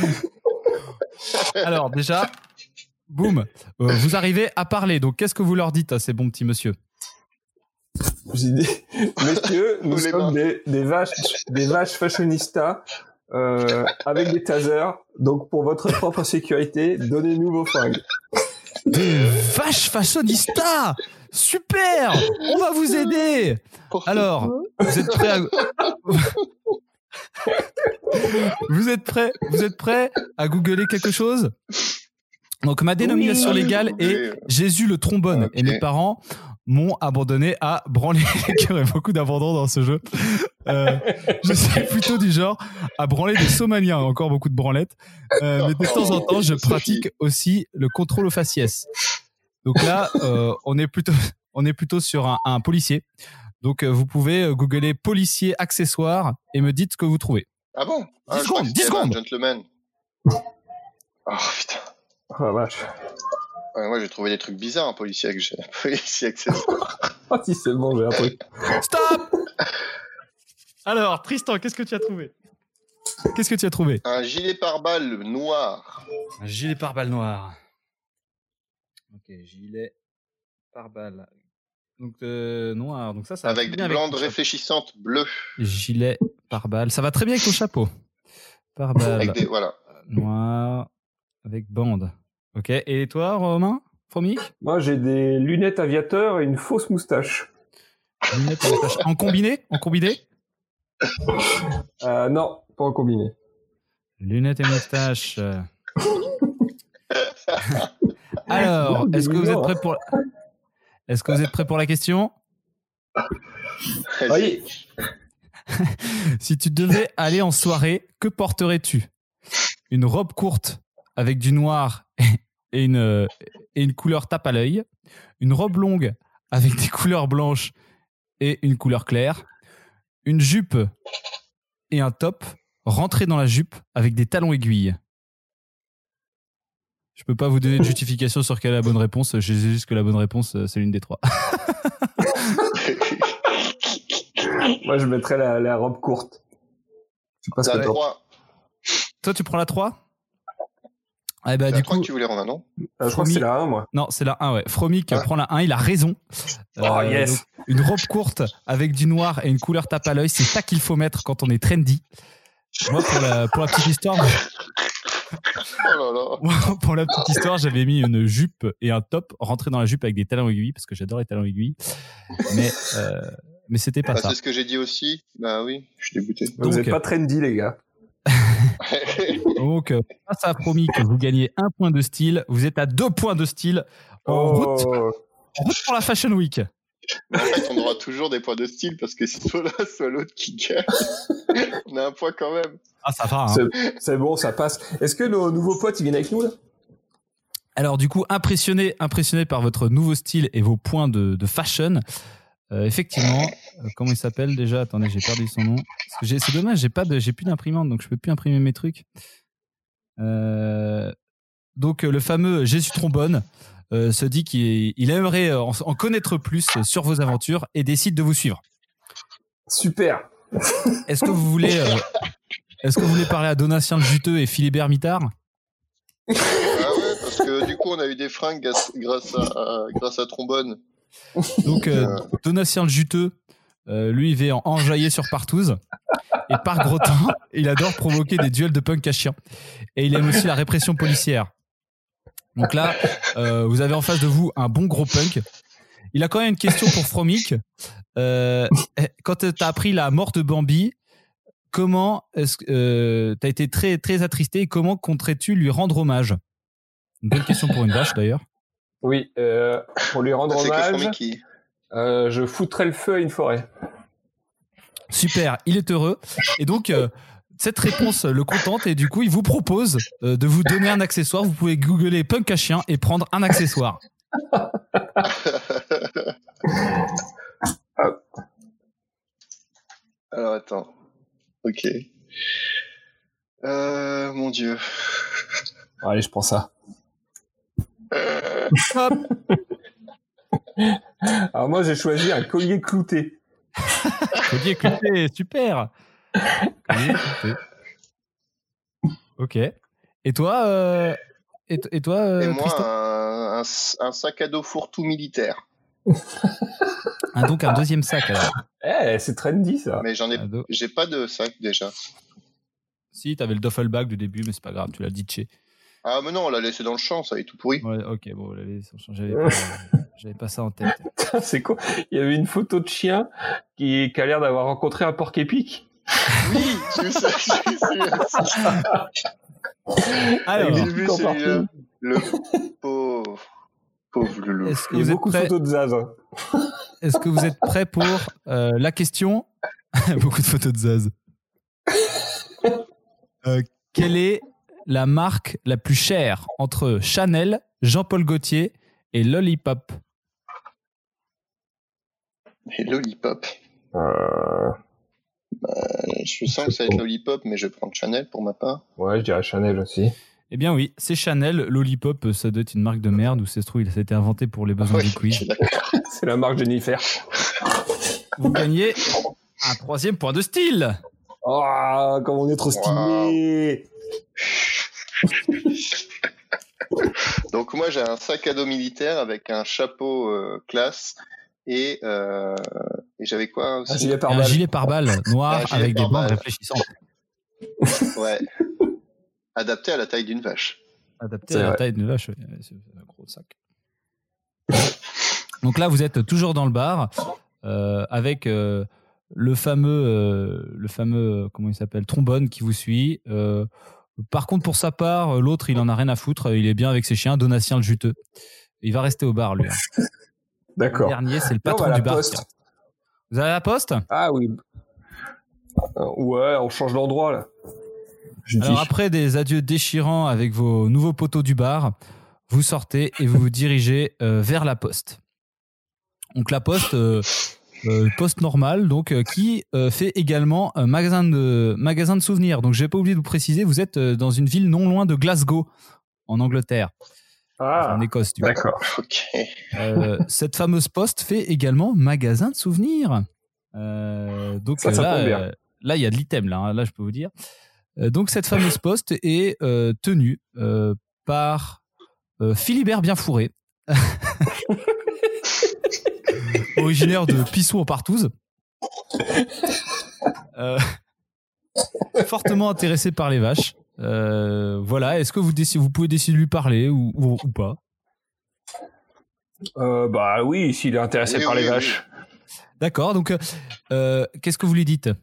Alors déjà, boum, euh, vous arrivez à parler. Donc qu'est-ce que vous leur dites à ces bons petits monsieur? J'ai dit, messieurs, nous Les sommes mains. des, des vaches, des vaches fashionistas euh, avec des tasers. Donc pour votre propre sécurité, donnez-nous vos fringues. Des vaches fashionistas! Super! On va vous aider! Alors, vous êtes prêts à... Vous êtes prêts, vous êtes prêts à googler quelque chose? Donc ma dénomination Oui. légale est Oui. Jésus le trombone. Ok. Et mes parents m'ont abandonné à branler. Il y aurait beaucoup d'abandon dans ce jeu. Euh, je suis plutôt du genre à branler des somaliens, encore beaucoup de branlettes. Euh, mais de temps en temps, je pratique aussi le contrôle au faciès. Donc là, euh, on est plutôt, on est plutôt sur un, un policier. Donc euh, vous pouvez euh, googler policier accessoires et me dites ce que vous trouvez. Ah bon? Ah, dix je crois secondes, que dix c'était un secondes. gentleman. Oh putain. Oh la vache. Ouais, moi j'ai trouvé des trucs bizarres, un policier, avec- un policier accessoire. Oh si c'est bon, j'ai un truc. Stop! Alors, Tristan, qu'est-ce que tu as trouvé? Qu'est-ce que tu as trouvé? Un gilet pare-balles noir. Un gilet pare-balles noir. Ok, gilet pare-balles. Donc euh, noir. Donc ça, ça va Avec très des bien avec bandes ton chapeau. réfléchissantes bleues. Gilet pare-balles. Ça va très bien avec ton chapeau. Pare-balles Avec des, voilà. noir avec bande. Ok. Et toi, Romain? Fromic? Moi j'ai des lunettes aviateurs et une fausse moustache. Lunettes et moustache. En combiné? En combiné? Euh, non, pas en combiné. Lunettes et moustache. Alors, est-ce que vous êtes prêts pour Est-ce que vous êtes prêts pour la question? Oui. Si tu devais aller en soirée, que porterais-tu? Une robe courte avec du noir et une, euh, et une couleur tape à l'œil, une robe longue avec des couleurs blanches et une couleur claire, une jupe et un top, rentré dans la jupe avec des talons aiguilles. Je peux pas vous donner de justification sur quelle est la bonne réponse, je sais juste que la bonne réponse, c'est l'une des trois. Moi je mettrais la, la robe courte. Je sais pas ce La que t'en- trois. Toi, tu prends la trois? Eh ben, C'est la du trois coup, que tu voulais, Romain, non? Euh, je crois que c'est la un, moi. non, c'est la un, ouais. Fromic Ah. prend la un, il a raison. Oh, yes. donc, une robe courte avec du noir et une couleur tape à l'œil, c'est ça qu'il faut mettre quand on est trendy. Moi, pour la, pour la petite histoire, Oh là là. moi, pour la petite histoire, j'avais mis une jupe et un top, rentré dans la jupe avec des talons aiguilles, parce que j'adore les talons aiguilles. Mais, euh, mais c'était pas Bah, ça. c'est ce que j'ai dit aussi. Bah oui, je suis dégoûté. Vous Donc- êtes pas trendy les gars. Donc, euh, grâce à Fromic, vous gagnez un point de style. Vous êtes à deux points de style. En, route, Oh. en route pour la Fashion Week. Mais en fait, on aura toujours des points de style parce que c'est soit l'un, soit l'autre qui gagne. On a un point quand même. Ah, ça va, hein. C'est- C'est bon, ça passe. Est-ce que nos nouveaux potes ils viennent avec nous là? Alors du coup, impressionné, impressionné par votre nouveau style et vos points de, de fashion, euh, effectivement, euh, comment il s'appelle déjà? Attendez, j'ai perdu son nom. Parce que j'ai- c'est dommage, j'ai pas de, j'ai plus d'imprimante, donc je peux plus imprimer mes trucs. Euh, donc euh, le fameux Jésus Trombone euh, se dit qu'il il aimerait en, en connaître plus sur vos aventures et décide de vous suivre. Super. Est-ce que vous voulez, euh, est-ce que vous voulez parler à Donatien le Juteux et Philibert Mitard? Ah ouais, parce que du coup, on a eu des fringues grâce grâce à, à- grâce à Trombone. Donc, euh, Euh. Donatien le Juteux, euh, lui, il va en enjailler sur Partouze. Et par gros temps, il adore provoquer des duels de punk à chien. Et il aime aussi la répression policière. Donc là, euh, vous avez en face de vous un bon gros punk. Il a quand même une question pour Fromic. Euh, quand tu as appris la mort de Bambi, comment est-ce que euh, tu as été très, très attristé et comment compterais-tu lui rendre hommage? Une bonne question pour une vache d'ailleurs. Oui, euh, pour lui rendre Ah, c'est que hommage, Fromic qui. euh, je foutrais le feu à une forêt. Super, il est heureux. Et donc, euh, cette réponse le contente et du coup, il vous propose euh, de vous donner un accessoire. Vous pouvez googler punk à chien et prendre un accessoire. Alors attends. Ok. Euh, mon dieu. Allez, je prends ça. Hop. Alors moi, j'ai choisi un collier clouté. Collier clouté, super. Collier clouté. Ok. Et toi, euh, et, et toi, euh, Et moi, Tristan un, un, un sac à dos fourre-tout militaire. Ah, donc un deuxième sac alors. Eh, c'est trendy ça. Mais j'en ai, Un dos. j'ai pas de sac déjà. Si, t'avais le duffel bag du début, mais c'est pas grave, tu l'as ditché. Ah, mais non, on l'a laissé dans le champ, ça est tout pourri. Ouais, ok, bon, j'avais, j'avais, pas, j'avais pas ça en tête. C'est quoi? Il y avait une photo de chien qui, qui a l'air d'avoir rencontré un porc-épic. Oui, je sais, j'ai Alors, j'ai vu celui-là. Le pauvre, pauvre Loulou. est-ce que Il y vous a êtes beaucoup de prêts photos de Zaz. hein. Est-ce que vous êtes prêts pour euh, la question? Beaucoup de photos de Zaz. Euh, quelle est la marque la plus chère entre Chanel, Jean-Paul Gaultier et Lollipop? Et Lollipop. Euh... Je sens que ça va être Lollipop, mais je vais prendre Chanel pour ma part. Ouais, je dirais Chanel aussi. Eh bien oui, c'est Chanel. Lollipop, ça doit être une marque de merde ou ça se trouve, il a été inventé pour les besoins Oui, du quiz. ok, d'accord. C'est la marque Jennifer. Vous gagnez un troisième point de style. Oh, comme on est trop stylé. Donc moi j'ai un sac à dos militaire avec un chapeau euh, classe et, euh, et j'avais quoi aussi Un gilet Un pare-balles. gilet pare-balles noir Un gilet avec des bandes pare-balles. réfléchissantes. Ouais. Adapté à la taille d'une vache. Adapté C'est à la vrai. taille d'une vache. Ouais, c'est un gros sac. Donc là, vous êtes toujours dans le bar euh, avec euh, le fameux, euh, le fameux, comment il s'appelle, trombone qui vous suit. Euh, par contre, pour sa part, l'autre, il en a rien à foutre. Il est bien avec ses chiens. Donatien le juteux. Il va rester au bar, lui. hein. Le D'accord. dernier, c'est le Là, on patron va à la du bar. poste. tiens. Vous avez la poste? Ah oui. Euh, Ouais, on change d'endroit là. Je dis. Alors après des adieux déchirants avec vos nouveaux poteaux du bar, vous sortez et vous vous dirigez euh, vers la poste. Donc la poste, euh, euh, poste normale, donc euh, qui euh, fait également un magasin de magasin de souvenirs. Donc j'ai pas oublié de vous préciser, vous êtes euh, dans une ville non loin de Glasgow, en Angleterre, Ah, en Écosse. Du coup. d'accord. Ok. Euh, cette fameuse poste fait également magasin de souvenirs. Euh, donc Ça, euh, ça là, tombe bien. euh, là il y a de l'item là, hein, là je peux vous dire. Euh, donc cette fameuse poste est euh, tenue euh, par euh, Philibert Bienfouré, originaire de Pissou en Partouze, euh, fortement intéressé par les vaches. Euh, voilà, est-ce que vous, décidez, vous pouvez décider de lui parler ou, ou, ou pas? Euh, bah oui, s'il est intéressé Oui, par oui, les oui. vaches. D'accord, donc euh, qu'est-ce que vous lui dites?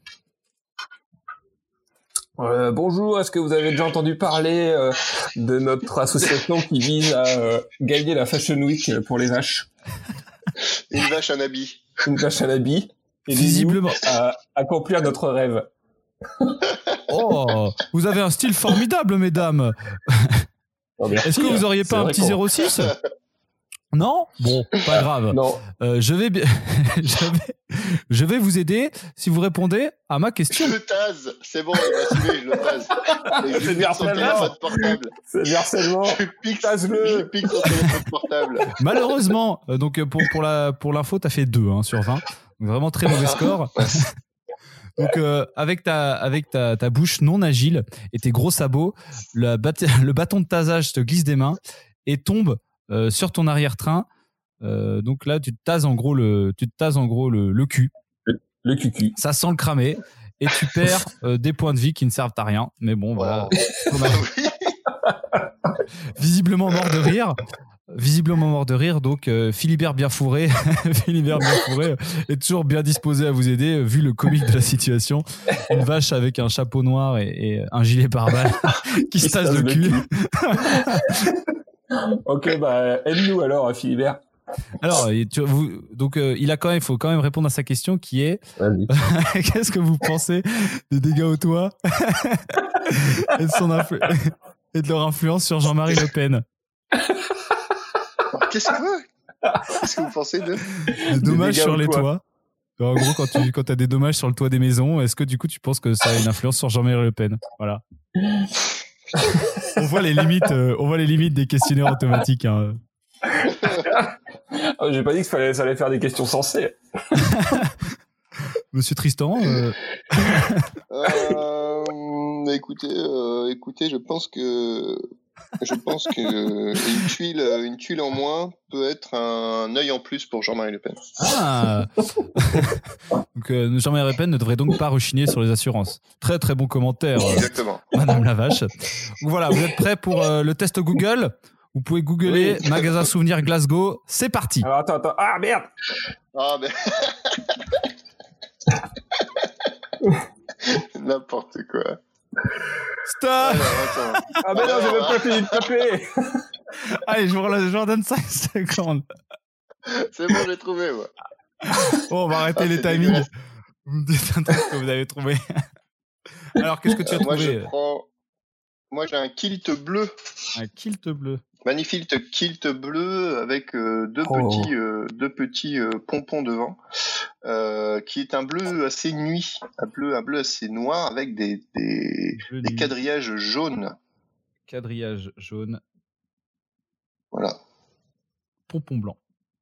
Euh, bonjour, est-ce que vous avez déjà entendu parler euh, de notre association qui vise à euh, gagner la Fashion Week pour les vaches? Une vache, un habit. Une vache à l'habit. Et Visiblement. à accomplir notre rêve. Oh, vous avez un style formidable, mesdames. Oh, merci. Est-ce que vous auriez C'est pas un vrai petit qu'on- zéro six? Non? Bon, pas grave. Non, Euh, je, vais, bi- je, vais, je vais vous aider si vous répondez à ma question. Je le tase. C'est bon, il va suivre, je le tase. Et je C'est lui bien pique son harcèlement. téléphone portable. c'est du harcèlement. Je lui pique, Tase-le. je lui pique son téléphone portable. Malheureusement, euh, donc euh, pour, pour, la, pour l'info, t'as fait deux hein, sur vingt. Donc vraiment très mauvais score. Donc euh, avec, ta, avec ta, ta bouche non agile et tes gros sabots, la bat- le bâton de tasage te glisse des mains et tombe euh, sur ton arrière-train. Euh, donc là, tu te tases en gros le, tu te tases en gros le, le cul. Le cucu. Ça sent le cramer et tu perds euh, des points de vie qui ne servent à rien. Mais bon, voilà. Oui. Visiblement mort de rire. Visiblement mort de rire. Donc euh, Philibert Bienfouré, Philibert Bienfouré est toujours bien disposé à vous aider euh, vu le comique de la situation. Une vache avec un chapeau noir et, et un gilet pare-balles qui se tasse le cul. Ok, bah aide-nous alors, Philibert. Alors, et tu- vous, donc euh, il a quand même, il faut quand même répondre à sa question qui est Vas-y. qu'est-ce que vous pensez des dégâts au toit et, de son influ- et de leur influence sur Jean-Marie Le Pen? Qu'est-ce que Qu'est-ce que vous pensez de Des dommages dégâts sur au les toit. toits. En gros, quand tu quand as des dommages sur le toit des maisons, est-ce que du coup tu penses que ça a une influence sur Jean-Marie Le Pen? Voilà. On voit les limites, euh, on voit les limites des questionnaires automatiques. Hein. Oh, j'ai pas dit que ça allait, ça allait faire des questions sensées. Monsieur Tristan euh... euh, écoutez, euh, écoutez, je pense que je pense que une tuile, une tuile en moins peut être un œil en plus pour Jean-Marie Le Pen. Ah donc euh, Jean-Marie Le Pen ne devrait donc pas rechigner sur les assurances. Très très bon commentaire, euh, Exactement. Madame Lavache. Donc voilà, vous êtes prêts pour euh, le test Google? Vous pouvez googler Oui. magasin souvenir Glasgow. C'est parti. Alors attends, attends. Ah merde. Ah ben n'importe quoi. Stop. Alors, attends. Ah mais non, j'ai même pas fini de taper. Allez, je vous relâche, je vous redonne cinq secondes. C'est bon, j'ai trouvé, moi. Bon, on va arrêter Ah, les c'est timings. dégueulasse. Vous me dites un truc que vous avez trouvé. Alors, qu'est-ce que tu as Euh, moi, trouvé? je prends. Moi, j'ai un kilt bleu. Un kilt bleu. Magnifique kilt bleu avec euh, deux Oh. petits, euh, deux petits euh, pompons devant, euh, qui est un bleu assez nuit, un bleu, un bleu assez noir avec des, des, Bleu des nuit. quadrillages jaunes. Quadrillage jaune. Voilà. Pompon blanc.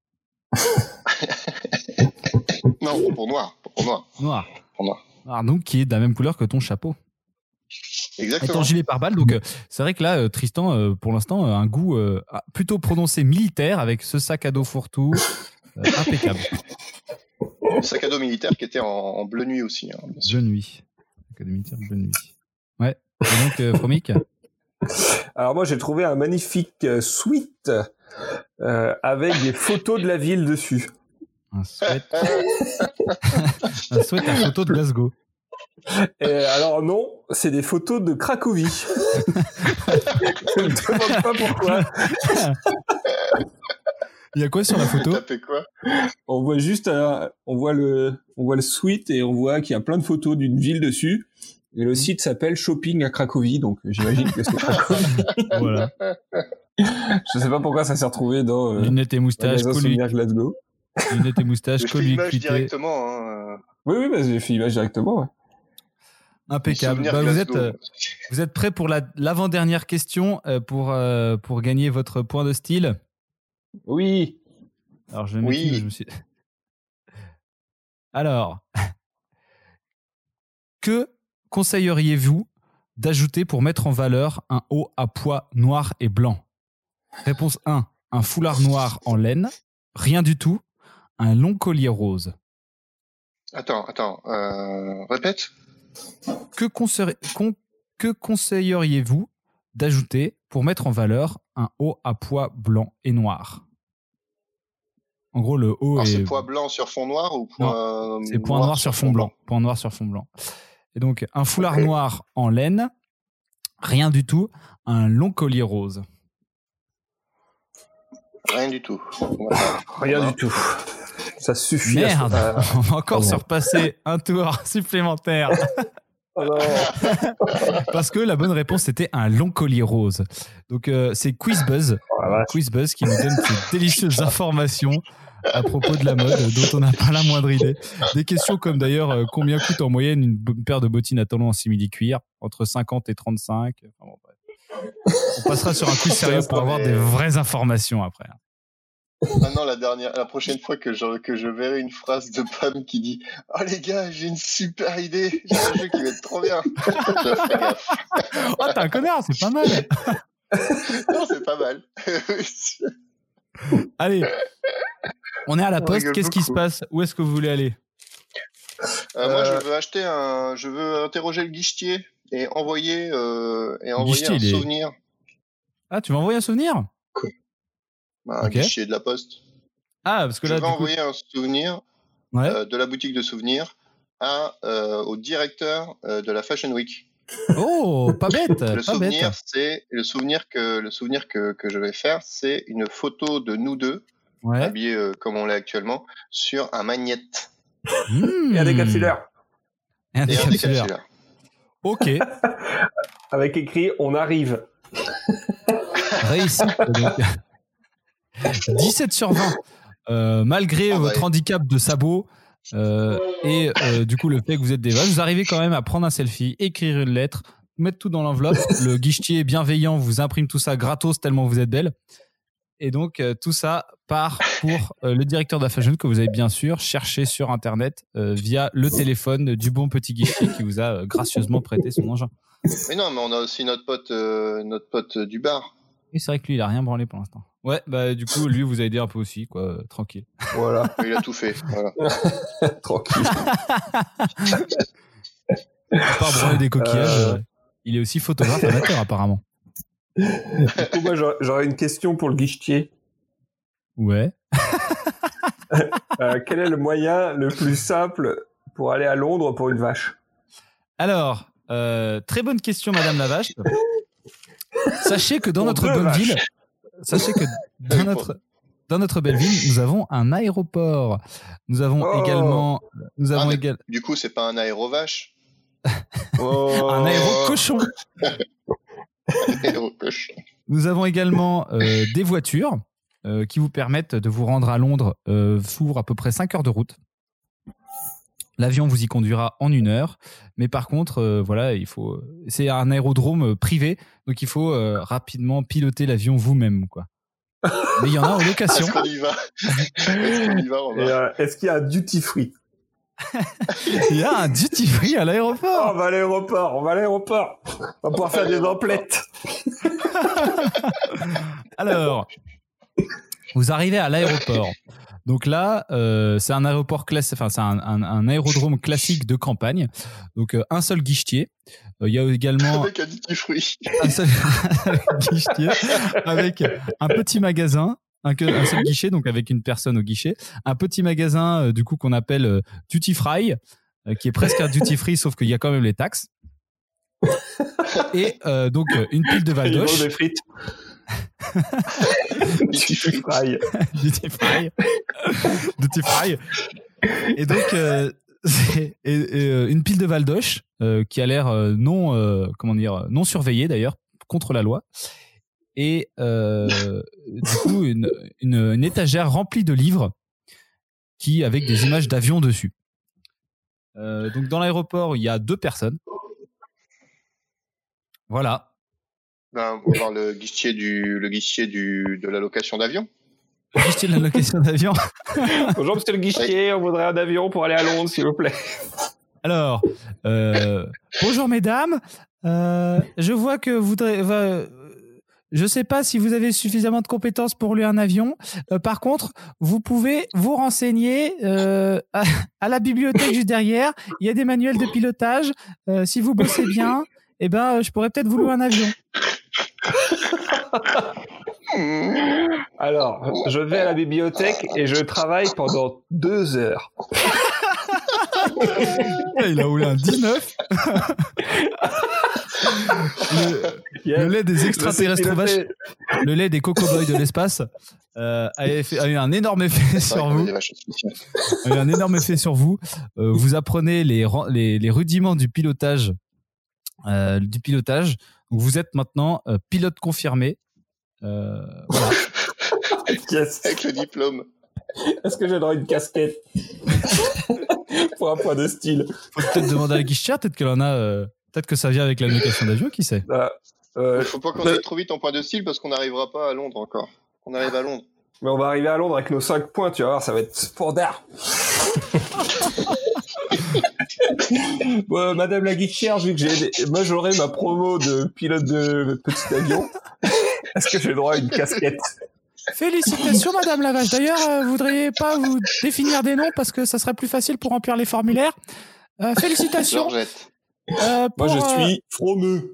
Non, pompon noir, pompon noir, Noir. pompon noir. Noir, donc qui est de la même couleur que ton chapeau. Exactement. Étant gilet pare-balles, donc euh, c'est vrai que là, euh, Tristan, euh, pour l'instant, euh, un goût euh, plutôt prononcé militaire avec ce sac à dos fourre-tout euh, impeccable. Sac à dos militaire qui était en, en bleu nuit aussi, hein, bien sûr. Bleu nuit. Sac à dos militaire, bleu nuit. Ouais. Et donc, euh, Fromic? Alors moi j'ai trouvé un magnifique euh, suite euh, avec des photos de la ville dessus. Un sweat. Un sweat à photo de Glasgow. Et alors non, c'est des photos de Cracovie. Je me demande pas pourquoi. Il y a quoi sur la photo? T'as fait quoi? On voit juste, euh, on voit le, on voit le suite et on voit qu'il y a plein de photos d'une ville dessus. Et le site s'appelle Shopping à Cracovie, donc j'imagine que c'est Cracovie. Voilà. Je sais pas pourquoi ça s'est retrouvé dans euh, Lunettes et moustaches, magasin collu- souvenir Glasgow. lunettes et moustaches, J'ai fait l'image collucuité. directement. Hein. Oui, oui, bah, j'ai fait l'image directement. Ouais. Impeccable. Souvenir Bah, vous êtes, Glasgow. euh, vous êtes prêts pour la, l'avant-dernière question euh, pour, euh, pour gagner votre point de style? Oui. Alors, je vais Oui. mettre, je me suis... Alors, que conseilleriez-vous d'ajouter pour mettre en valeur un haut à pois noir et blanc? Réponse un, un foulard noir en laine. Rien du tout. Un long collier rose. Attends, attends. Euh, répète. Que, conseille- con- que conseilleriez-vous d'ajouter pour mettre en valeur un haut à pois blanc et noir? En gros, le haut Alors, est... c'est point blanc sur fond noir ou point C'est point noir sur fond blanc. Point noir sur fond blanc. Et donc, un foulard Ok. noir en laine, rien du tout, un long collier rose. Rien du tout. Voilà. Rien du tout. Ça suffit. à ce- Merde, à- on va encore Oh se non. repasser un tour supplémentaire. Oh non. Parce que la bonne réponse, c'était un long collier rose. Donc, euh, c'est QuizBuzz. Oh la vache. QuizBuzz qui nous donne ces délicieuses informations à propos de la mode dont on n'a pas la moindre idée. Des questions comme d'ailleurs euh, combien coûte en moyenne une, bo- une paire de bottines à talons en simili-cuir, entre cinquante et trente-cinq. Enfin, bon, bref. On passera sur un quiz sérieux pour avoir des vraies informations après. Maintenant, la dernière, la prochaine fois que je, que je verrai une phrase de Pam qui dit « Oh les gars, j'ai une super idée, j'ai un jeu qui va être trop bien !» Je ferai gaffe. Oh, t'es un connard, c'est pas mal. Non, c'est pas mal. Allez, on est à la On poste. rigole Qu'est-ce qui se beaucoup. passe? Où est-ce que vous voulez aller? Euh, moi, Euh, je veux acheter un, je veux interroger le guichetier et envoyer, euh, et envoyer guichetier, un il est- souvenir. Ah, tu vas envoyer un souvenir? Un Ok. guichetier de la poste. Ah, parce que Je là, vais du coup... envoyer un souvenir Ouais. euh, de la boutique de souvenirs à, euh, au directeur euh, de la Fashion Week. Oh, pas bête, Le pas souvenir, bête. c'est le souvenir que le souvenir que, que je vais faire, c'est une photo de nous deux Ouais. habillés euh, comme on l'est actuellement sur un magnète Mmh. Et un décapsuleur. Et un et un décapsuleur. décapsuleur. Ok, Avec écrit on arrive. réussi. Donc, dix-sept sur vingt. Euh, malgré Ah bah, votre handicap de sabot euh, et euh, du coup le fait que vous êtes des vaches, vous arrivez quand même à prendre un selfie, écrire une lettre, mettre tout dans l'enveloppe. Le guichetier bienveillant vous imprime tout ça gratos tellement vous êtes belle. Et donc, euh, tout ça part pour euh, le directeur d'Affagen que vous avez bien sûr cherché sur Internet euh, via le téléphone du bon petit guichetier qui vous a euh, gracieusement prêté son engin. Mais non, mais on a aussi notre pote, euh, notre pote euh, du bar. Et c'est vrai que lui, il a rien branlé pour l'instant. Ouais, bah du coup, lui, vous a aidé un peu aussi, quoi, euh, tranquille. Voilà, Il a tout fait. Voilà. tranquille. À part branler des coquillages, Euh. euh, il est aussi photographe amateur apparemment. Du coup, moi, j'aurais- j'aurais une question pour le guichetier. Ouais. Euh, quel est le moyen le plus simple pour aller à Londres pour une vache? Alors, euh, très bonne question, Madame la Vache. Sachez que dans Pour notre deux bonne vaches. ville, sachez que dans notre dans notre belle ville, nous avons un aéroport. Nous avons Oh. également, nous avons Ah, mais- également Du coup, c'est pas un aérovache. Oh. un aérocochon. Aérocoche. Nous avons également euh, des voitures euh, qui vous permettent de vous rendre à Londres euh, sous à peu près cinq heures de route. L'avion vous y conduira en une heure, mais par contre, euh, voilà, il faut. C'est un aérodrome euh, privé, donc il faut euh, rapidement piloter l'avion vous-même, quoi. Mais il y en a en location. Est-ce qu'on y va? Est-ce qu'on y va, Et, Romain? euh, est-ce qu'il y a un duty free? Il y a un duty free à Oh, l'aéroport. on va à l'aéroport, on va à l'aéroport. On va pouvoir faire des emplettes. Alors, vous arrivez à l'aéroport. Donc là, euh, c'est un aéroport classique, enfin c'est un, un, un aérodrome classique de campagne. Donc euh, un seul guichetier. Euh, Il y a également Avec un duty free. un seul guichetier avec un petit magasin, un, que- un seul guichet, donc avec une personne au guichet, un petit magasin euh, du coup qu'on appelle euh, duty free, euh, qui est presque un duty free sauf qu'il y a quand même les taxes. Et euh, donc euh, une pile de Ils Valdoche. vendent des frites. Duty free. Duty Fry. Duty Fry. Et donc, euh, c'est et, et, euh, une pile de Valdoche euh, qui a l'air euh, non, euh, comment dire, non surveillée d'ailleurs, contre la loi. Et euh, du coup, une, une, une étagère remplie de livres qui, avec des images d'avions dessus. Euh, donc, dans l'aéroport, il y a deux personnes. Voilà. Ben, on va voir le guichetier du, le guichetier du, de la location d'avion. Le guichet de la location d'avion. Bonjour, monsieur le guichetier, on voudrait un avion pour aller à Londres, s'il vous plaît. Alors, euh, bonjour mesdames. Euh, je vois que vous voudrez. Euh, je ne sais pas si vous avez suffisamment de compétences pour louer un avion. Euh, par contre, vous pouvez vous renseigner euh, à, à la bibliothèque juste derrière. Il y a des manuels de pilotage. Euh, si vous bossez bien, eh ben, je pourrais peut-être vous louer un avion. Alors, je vais à la bibliothèque et je travaille pendant deux heures. Il a roulé un dix-neuf. le, Yes. le lait des extraterrestres Je sais vaches, piloter. le lait des cocoboys de l'espace euh, a, fait- a eu un énorme effet C'est vrai sur qu'on a vous. des vaches spéciales. A eu un énorme effet sur vous. Euh, vous apprenez les, ran- les, les rudiments du pilotage. Euh, du pilotage. Donc vous êtes maintenant euh, pilote confirmé. Euh, voilà. Yes. Avec le diplôme. Est-ce que j'ai droit à une casquette pour un point de style? Faut peut-être demander à la guichetière. Peut-être qu'elle en a. euh, peut-être que ça vient avec la location d'avion. Qui sait? Ah, euh, Il faut pas qu'on mais- aille trop vite en point de style parce qu'on n'arrivera pas à Londres encore. On arrive à Londres. Mais on va arriver à Londres avec nos cinq points, tu vas voir, ça va être spandard. Bon, Madame la guichetière, vu que j'ai, moi j'aurai ma promo de pilote de petit avion, est-ce que j'ai le droit à une casquette? Félicitations, Madame Lavache. D'ailleurs, euh, vous voudriez pas vous définir des noms parce que ça serait plus facile pour remplir les formulaires. Euh, félicitations. Georgette. euh, Moi pour, je euh, suis fromeux.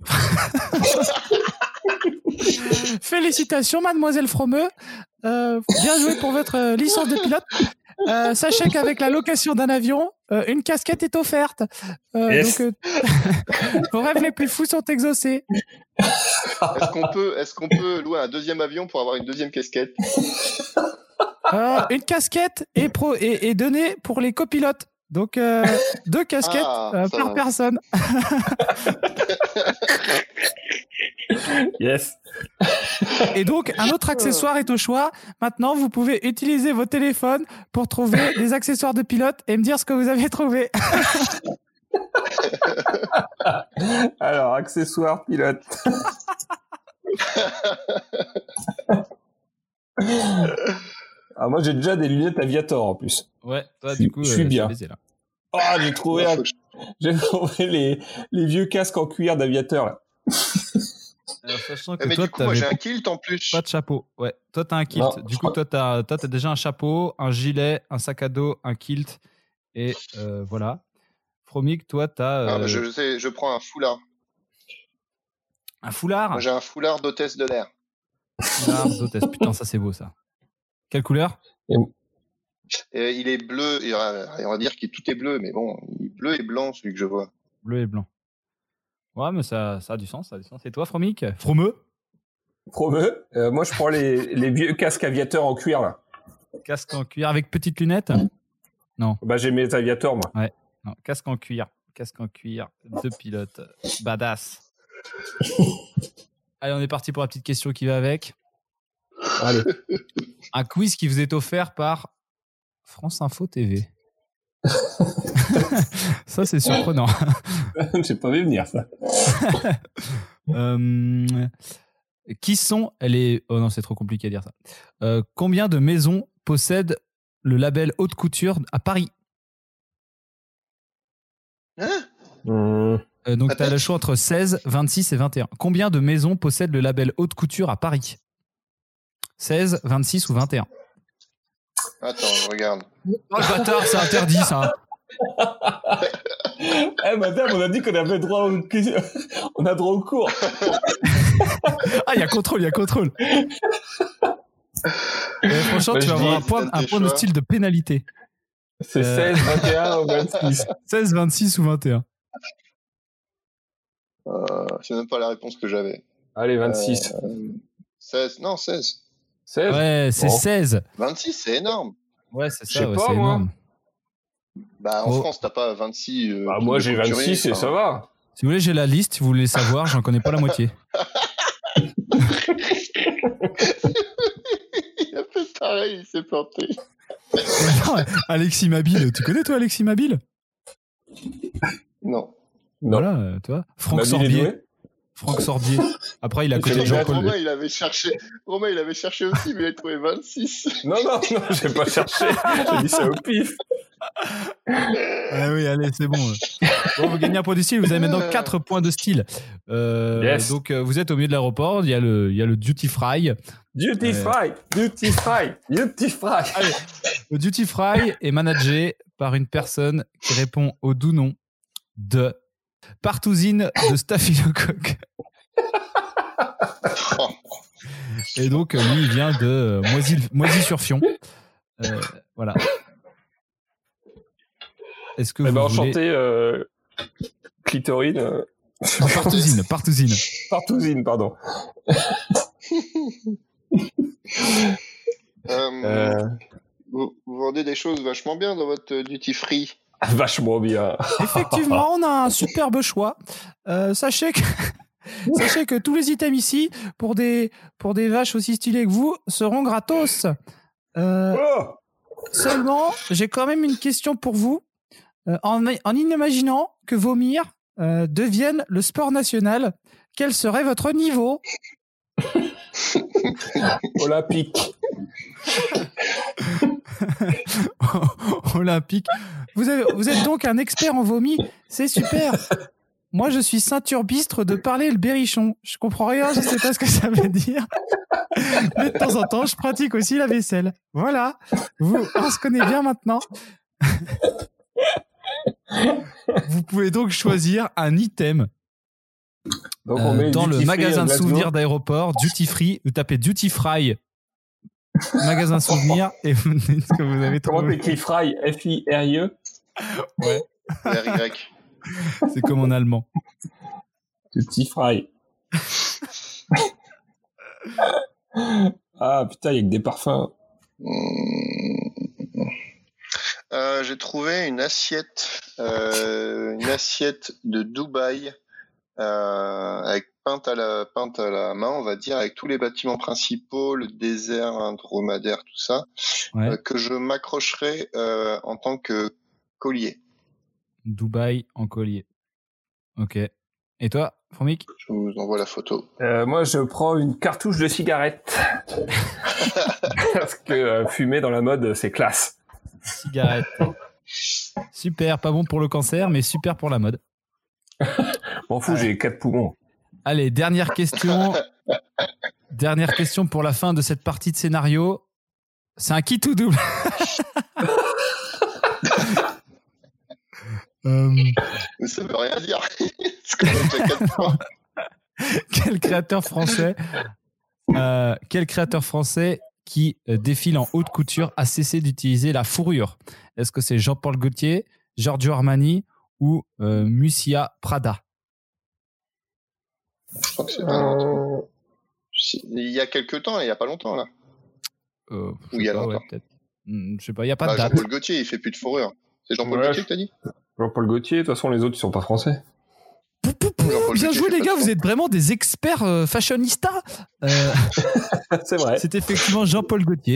Félicitations, Mademoiselle Fromeux. Euh, bien joué pour votre euh, licence de pilote. Euh, sachez qu'avec la location d'un avion, euh, une casquette est offerte. Euh, Yes. Donc, euh, vos rêves les plus fous sont exaucés. Est-ce qu'on peut, est-ce qu'on peut louer un deuxième avion pour avoir une deuxième casquette? Euh, une casquette est, pro est, est donnée pour les copilotes. Donc, euh, deux casquettes Ah, euh, ça par va. personne. Yes. Et donc, un autre accessoire est au choix. Maintenant, vous pouvez utiliser vos téléphones pour trouver des accessoires de pilote et me dire ce que vous avez trouvé. Alors, accessoire pilote. Ah, moi, j'ai déjà des lunettes Aviator en plus. Ouais, toi, Je- du coup, je suis euh, bien. c'est baisé, là. Ah, j'ai trouvé, Moi, un- faut que je- j'ai trouvé les, les vieux casques en cuir d'Aviateur, là. Alors, sachant que Ah, mais toi, du coup, moi, t'avais j'ai un kilt en plus. pas de chapeau. Ouais, toi, t'as un kilt. Non, du je coup, crois- toi, t'as, toi, t'as déjà un chapeau, un gilet, un sac à dos, un kilt. Et euh, voilà. Fromic, toi, t'as Ah, euh, bah, je, je sais, je prends un foulard. un foulard. Moi, j'ai un foulard d'hôtesse de l'air. Foulard d'hôtesse. Putain, ça, c'est beau, ça. Quelle couleur? Et il est bleu, et euh, on va dire que tout est bleu, mais bon, il est bleu et blanc, celui que je vois. Bleu et blanc. Ouais, mais ça, ça a du sens, ça a du sens. Et toi, Fromic? Fromeux? Promeux. Euh, moi, je prends les, les vieux casques Aviateur en cuir, là. Casque en cuir avec petites lunettes? Bah, j'ai mes Aviators, moi. Non, casque en cuir. Casque en cuir de pilote. Badass. Allez, on est parti pour la petite question qui va avec. Allez. Un quiz qui vous est offert par France Info T V. Ça, c'est surprenant. J'ai pas vu venir, ça. Euh, qui sont les... Oh non, c'est trop compliqué à dire ça. Euh, combien de maisons possèdent le label haute couture à Paris? Hein? Mmh. Euh, donc, tu as Répète. le choix entre seize, vingt-six et vingt et un. Combien de maisons possèdent le label haute couture à Paris? seize, vingt-six ou vingt et un? Attends, je regarde. Oh le bâtard, c'est interdit ça. Eh, madame, on a dit qu'on avait droit au, on a droit au cours. Ah, il y a contrôle, il y a contrôle. Euh, franchement, Bah, tu je vas avoir dis, un point, donne un tes point de choix. style de pénalité. C'est Euh. seize, vingt et un ou vingt-six. seize, vingt-six ou vingt et un? Euh, c'est même pas la réponse que j'avais. Allez, vingt-six. Euh, seize, non, seize. seize? Ouais, c'est Bon. seize. vingt-six, c'est énorme. Ouais, c'est Je sais ça, ouais, pas, c'est moi. énorme. Bah, en Oh. France, t'as pas vingt-six. Euh, Bah, trucs moi, de j'ai couturier, vingt-six et enfin. ça va. Si vous voulez, j'ai la liste, si vous voulez savoir, j'en connais pas la moitié. Il a fait pareil, il s'est planté. Non, Alexis Mabille, tu connais toi Alexis Mabille? Non. Non. Voilà, euh, toi. Franck Mabille est Sorbier. doué. Franck Sorbier. Après, il est à côté de C'est Jean-Paul. Romain, il avait cherché. Romain, il avait cherché aussi, mais il a trouvé vingt-six. Non, non, non, j'ai pas cherché. J'ai dit ça au pif. Ah oui, allez, c'est bon. Bon, vous gagnez un point de style, vous avez maintenant quatre points de style. Euh, Yes. Donc, euh, vous êtes au milieu de l'aéroport, il y a le, il y a le Duty Fry. Duty Ouais. Fry, Duty Fry, Duty Fry. Allez, le Duty Fry est managé par une personne qui répond au doux nom de Partouzine de Staphylocoque. Et donc, euh, lui, il vient de euh, Moisy- Moisy-sur-Fion. Euh, voilà. Est-ce que Eh vous ben, voulez... enchanté, euh, clitorine, euh, Non, Partouzine, Partouzine. partouzine, pardon. Euh, Euh, vous, vous vendez des choses vachement bien dans votre euh, duty free. vachement bien. Effectivement, on a un superbe choix. Euh, sachez que... Sachez que tous les items ici, pour des, pour des vaches aussi stylées que vous, seront gratos. Euh, Oh, Seulement, j'ai quand même une question pour vous. Euh, en, en imaginant que vomir euh, devienne le sport national, quel serait votre niveau? olympique. Olympique. Vous, avez, vous êtes donc un expert en vomi. C'est super. Moi, je suis ceinture bistre de parler le berrichon. Je comprends rien, je sais pas ce que ça veut dire. Mais de temps en temps, je pratique aussi la vaisselle. Voilà. Vous, on se connaît bien maintenant. Vous pouvez donc choisir un item Donc, euh, on met dans Duty le Free magasin à de Glasgow. souvenirs d'aéroport, Duty Free. Vous tapez Duty Fry, magasin souvenirs, et vous dites ce que vous avez Comment trouvé. t'écris Fry? F I R I E? R Y. C'est comme en allemand. Duty Fry. Ah, putain, il y a que des parfums. Mmh. Euh, j'ai trouvé une assiette, euh, une assiette de Dubaï euh, avec peinte à la peinte à la main, on va dire, avec tous les bâtiments principaux, le désert, un dromadaire, tout ça, Ouais. euh, que je m'accrocherai euh, en tant que collier. Dubaï en collier. Ok. Et toi, Fromic? Je vous envoie la photo. Euh, moi, je prends une cartouche de cigarette. Parce que euh, fumer dans la mode, c'est classe. Cigarette. Super, pas bon pour le cancer, mais super pour la mode. M'en fous, j'ai quatre poumons. Allez, dernière question. Dernière question pour la fin de cette partie de scénario. C'est un qui tout double. euh... Ça veut rien dire. C'est quand même déjà quatre points. Quel créateur français euh, Quel créateur français qui euh, défile en haute couture a cessé d'utiliser la fourrure? Est-ce que c'est Jean-Paul Gaultier, Giorgio Armani ou euh, Musia Prada? Je crois que c'est euh... Il y a quelques temps, il n'y a pas longtemps, là. Euh, Ou il y a pas, longtemps. Ouais, peut-être. Je sais pas, il n'y a pas bah, de date. Jean-Paul Gaultier, il fait plus de fourrure. C'est Jean-Paul Ouais. Gaultier que t'as dit? Jean-Paul Gaultier, de toute façon, les autres, ils sont pas français. Jean-Paul Bien Gaultier joué fait les pas gars, de vous êtes vraiment des experts euh, fashionistas. Euh, C'est vrai. c'est effectivement Jean-Paul Gaultier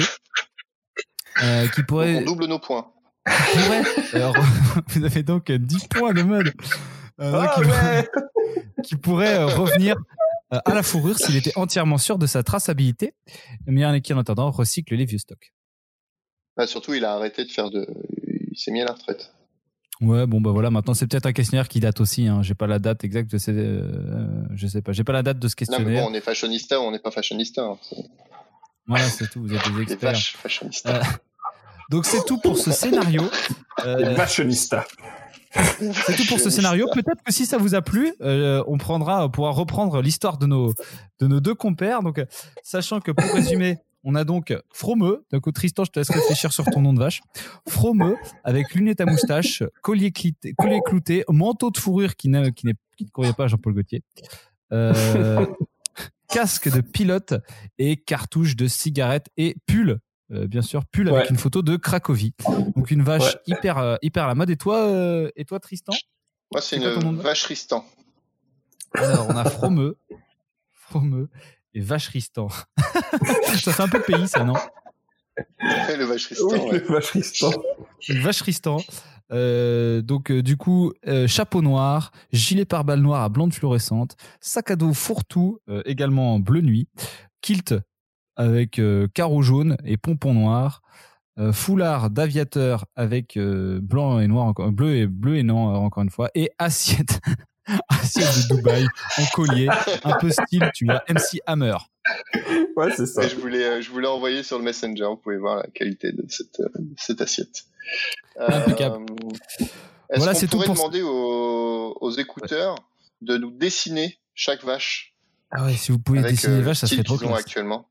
euh, qui pourrait... Donc, on double nos points. pourrait alors, vous avez donc dix points de mode. Euh, Ah qui, ouais. qui pourrait euh, revenir euh, à la fourrure s'il était entièrement sûr de sa traçabilité, mais qui en attendant recycle les vieux stocks. Bah, surtout, il a arrêté de faire de. Il s'est mis à la retraite. Ouais, bon bah voilà, maintenant c'est peut-être un questionnaire qui date aussi. Hein. J'ai pas la date exacte, je sais, euh, je sais pas. J'ai pas la date de ce Non, mais questionnaire. bon, on est fashionista ou on n'est pas fashionista. Hein. C'est Voilà, c'est tout. Vous êtes des des experts. vaches fashionistas. Euh, donc c'est tout pour ce scénario. Euh, Fashionista. C'est tout pour ce scénario. Peut-être que si ça vous a plu, euh, on prendra, on pourra reprendre l'histoire de nos, de nos deux compères. Donc, euh, sachant que pour résumer, on a donc Fromeux. Donc, Tristan, je te laisse réfléchir sur ton nom de vache. Fromeux, avec lunettes à moustache, collier, clité, collier clouté, manteau de fourrure qui, n'a, qui, n'est, qui ne convient pas à Jean-Paul Gaultier, euh, casque de pilote et cartouche de cigarette et pull. Euh, bien sûr, pull avec Ouais. une photo de Cracovie. Donc une vache Ouais. hyper, euh, hyper à la mode. Et toi, euh, et toi Tristan? Moi, c'est C'est quoi ton nom une de- vacheristan. Alors, on a Fromeux, Fromeux et Vacheristan. Ça fait un peu pays, ça, non? Le vacheristan, Oui, ouais. le vacheristan. Une Vacheristan. Euh, donc, euh, du coup, euh, chapeau noir, gilet pare-balles noir à blonde fluorescente, sac à dos fourre-tout, euh, également en bleu nuit, kilt avec euh, carreau jaune et pompon noir, euh, foulard d'aviateur avec euh, blanc et noir, encore, bleu et bleu et non, euh, encore une fois, et assiette, assiette de Dubaï en collier, un peu style, tu vois, M C Hammer. Ouais, c'est ça. Et je voulais, euh, je voulais envoyer sur le Messenger. Vous pouvez voir la qualité de cette, euh, de cette assiette. Impeccable. Est-ce Voilà, qu'on c'est tout pourrait pour- demander aux, aux écouteurs de nous dessiner chaque vache Ah ouais, si vous pouvez avec dessiner euh, les le vaches, ça style serait trop qu'ils ont classe. actuellement.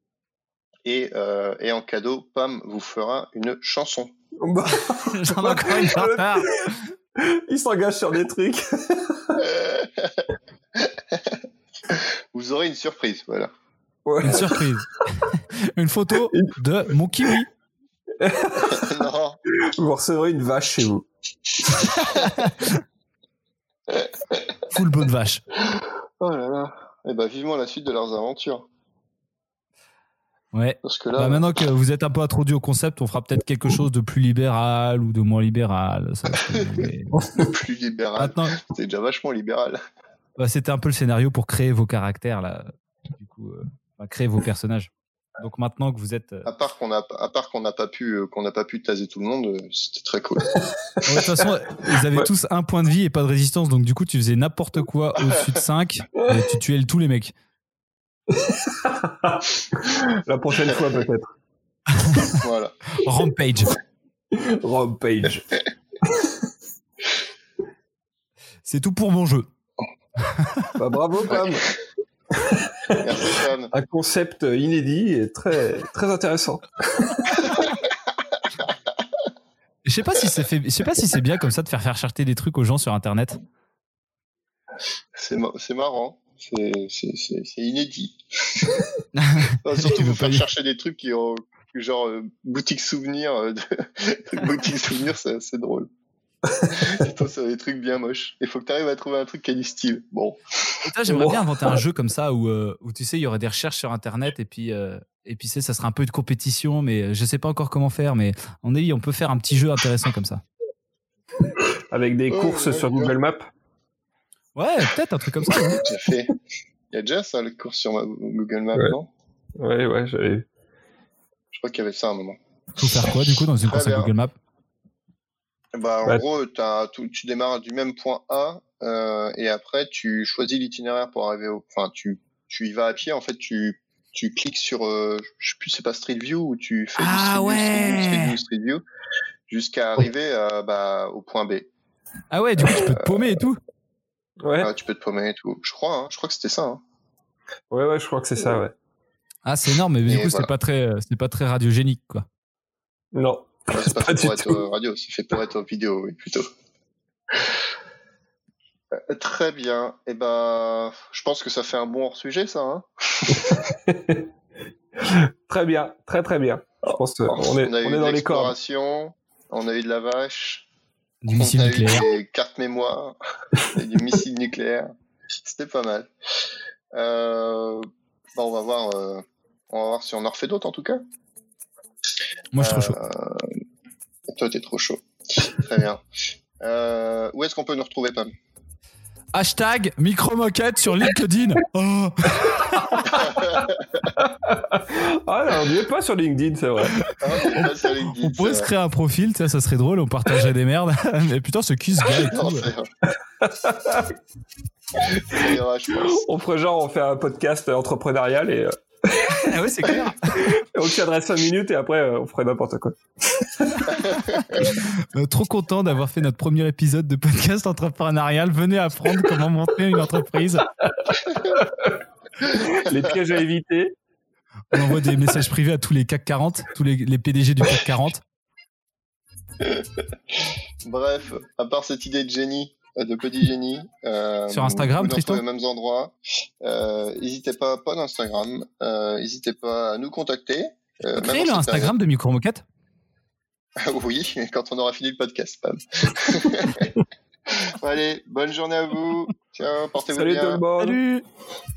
Et, euh, et en cadeau, Pam vous fera une chanson. Bah, J'en ai encore une en retard. il s'engage sur des trucs. Vous aurez une surprise, voilà. Ouais. Une surprise. Une photo de mon kiwi. Non, Vous recevrez une vache chez vous. Full bonne vache. oh là là. Eh ben, vivement la suite de leurs aventures. Ouais. Parce que là, Bah, maintenant que vous êtes un peu introduit au concept, on fera peut-être quelque chose de plus libéral ou de moins libéral. Ça, c'est- plus libéral. Maintenant, C'est déjà vachement libéral. bah, c'était un peu le scénario pour créer vos caractères là. Du coup, euh, enfin, créer vos personnages. Donc maintenant que vous êtes, euh, À part qu'on a, à part qu'on n'a pas pu, euh, qu'on n'a pas pu taser tout le monde, euh, c'était très cool. ouais, de toute façon, ils avaient Ouais. tous un point de vie et pas de résistance. Donc du coup, tu faisais n'importe quoi au-dessus de cinq et tu tuais tous les mecs. La prochaine fois, peut-être. Voilà. Rampage. Rampage. C'est tout pour mon jeu. Bah, bravo, Pam. Merci, Pam. Un concept inédit et très, très intéressant. Je sais pas si c'est fait, je sais pas si c'est bien comme ça de faire faire chercher des trucs aux gens sur Internet. C'est, ma- c'est marrant. C'est, c'est, c'est, c'est inédit. Enfin, surtout Tu veux vous pas faire dire. chercher des trucs qui ont, genre, euh, boutique souvenir, euh, de... boutique souvenir, c'est assez drôle. Putain, c'est des trucs bien moches. Il faut que tu arrives à trouver un truc qui a du style. Bon. Et toi, j'aimerais bien inventer un jeu comme ça où, euh, où tu sais, il y aurait des recherches sur Internet et puis, euh, et puis, c'est, ça serait un peu de compétition, mais je sais pas encore comment faire. Mais on est, on peut faire un petit jeu intéressant comme ça. Avec des Ouais, courses ouais, sur ouais. Google Maps. Ouais, peut-être un truc comme ça. Ouais. J'ai fait. Il y a déjà ça, le cours sur ma Google Maps, Ouais. non? Ouais, ouais, j'avais vu. Je crois qu'il y avait ça à un moment. Faut faire quoi du coup dans une Très course à bien. Google Maps? Bah, en Ouais. gros, t'as, tu, tu démarres du même point A, euh, et après, tu choisis l'itinéraire pour arriver au, enfin, tu, tu y vas à pied, en fait, tu, tu cliques sur, euh, je sais plus, c'est pas Street View, ou tu fais Ah du Street View, Street View, ouais. Street View, Street View, jusqu'à arriver, à, bah, au point B. Ah ouais, du coup tu peux te paumer et tout. Ouais, Ah, tu peux te paumer et tout. Je crois, hein, je crois que c'était ça, hein. ouais, ouais, je crois que c'est ça, ouais. Ah c'est énorme, mais du Et coup voilà. c'est pas très, c'est pas très radiogénique quoi. Non, Ouais, c'est pas, Pas fait pour du être tout. euh, radio, c'est fait pour être vidéo, oui, plutôt. Euh, Très bien. Et ben, je pense que ça fait un bon hors-sujet, ça, hein. très bien, très très bien. Je pense qu'on On est, a eu on de est dans les cordes. l'exploration, on a eu de la vache, Du missile on a nucléaire. eu des cartes mémoire, et du missile nucléaire. C'était pas mal. Euh, bah, on va voir, euh, on va voir si on en refait d'autres en tout cas. Moi je suis trop chaud. Euh, toi, t'es trop chaud. Très bien. Euh, où est-ce qu'on peut nous retrouver, Pam? Hashtag micro-moquette sur LinkedIn. Oh. Ah non, on n'y est pas sur LinkedIn, c'est vrai. Ah, on passe à LinkedIn, On pourrait c'est se vrai. créer un profil, tu sais, ça serait drôle, on partagerait des merdes. Mais putain, ce qui ce gars et tout. L'enfer. Ça ira, je pense. On ferait genre, on fait un podcast entrepreneurial et euh, Ah ouais, c'est clair. on tiendrait cinq minutes et après euh, on ferait n'importe quoi. Euh, trop content d'avoir fait notre premier épisode de podcast entrepreneurial. Venez apprendre comment monter une entreprise. Les pièges à éviter. On envoie des messages privés à tous les C A C quarante, tous les, les P D G du C A C quarante. Bref, à part cette idée de génie, euh, de petit génie, euh, Sur Instagram, vous nous Tristan retrouvez aux mêmes endroits. Euh, n'hésitez pas, pas d'Instagram. Euh, n'hésitez pas à nous contacter. Euh, même Créez en le cette Instagram de Micro-Moquette. période. Oui, quand on aura fini le podcast, Pam. Bon, allez, bonne journée à vous. Ciao, portez-vous Salut bien. tout le monde. Salut.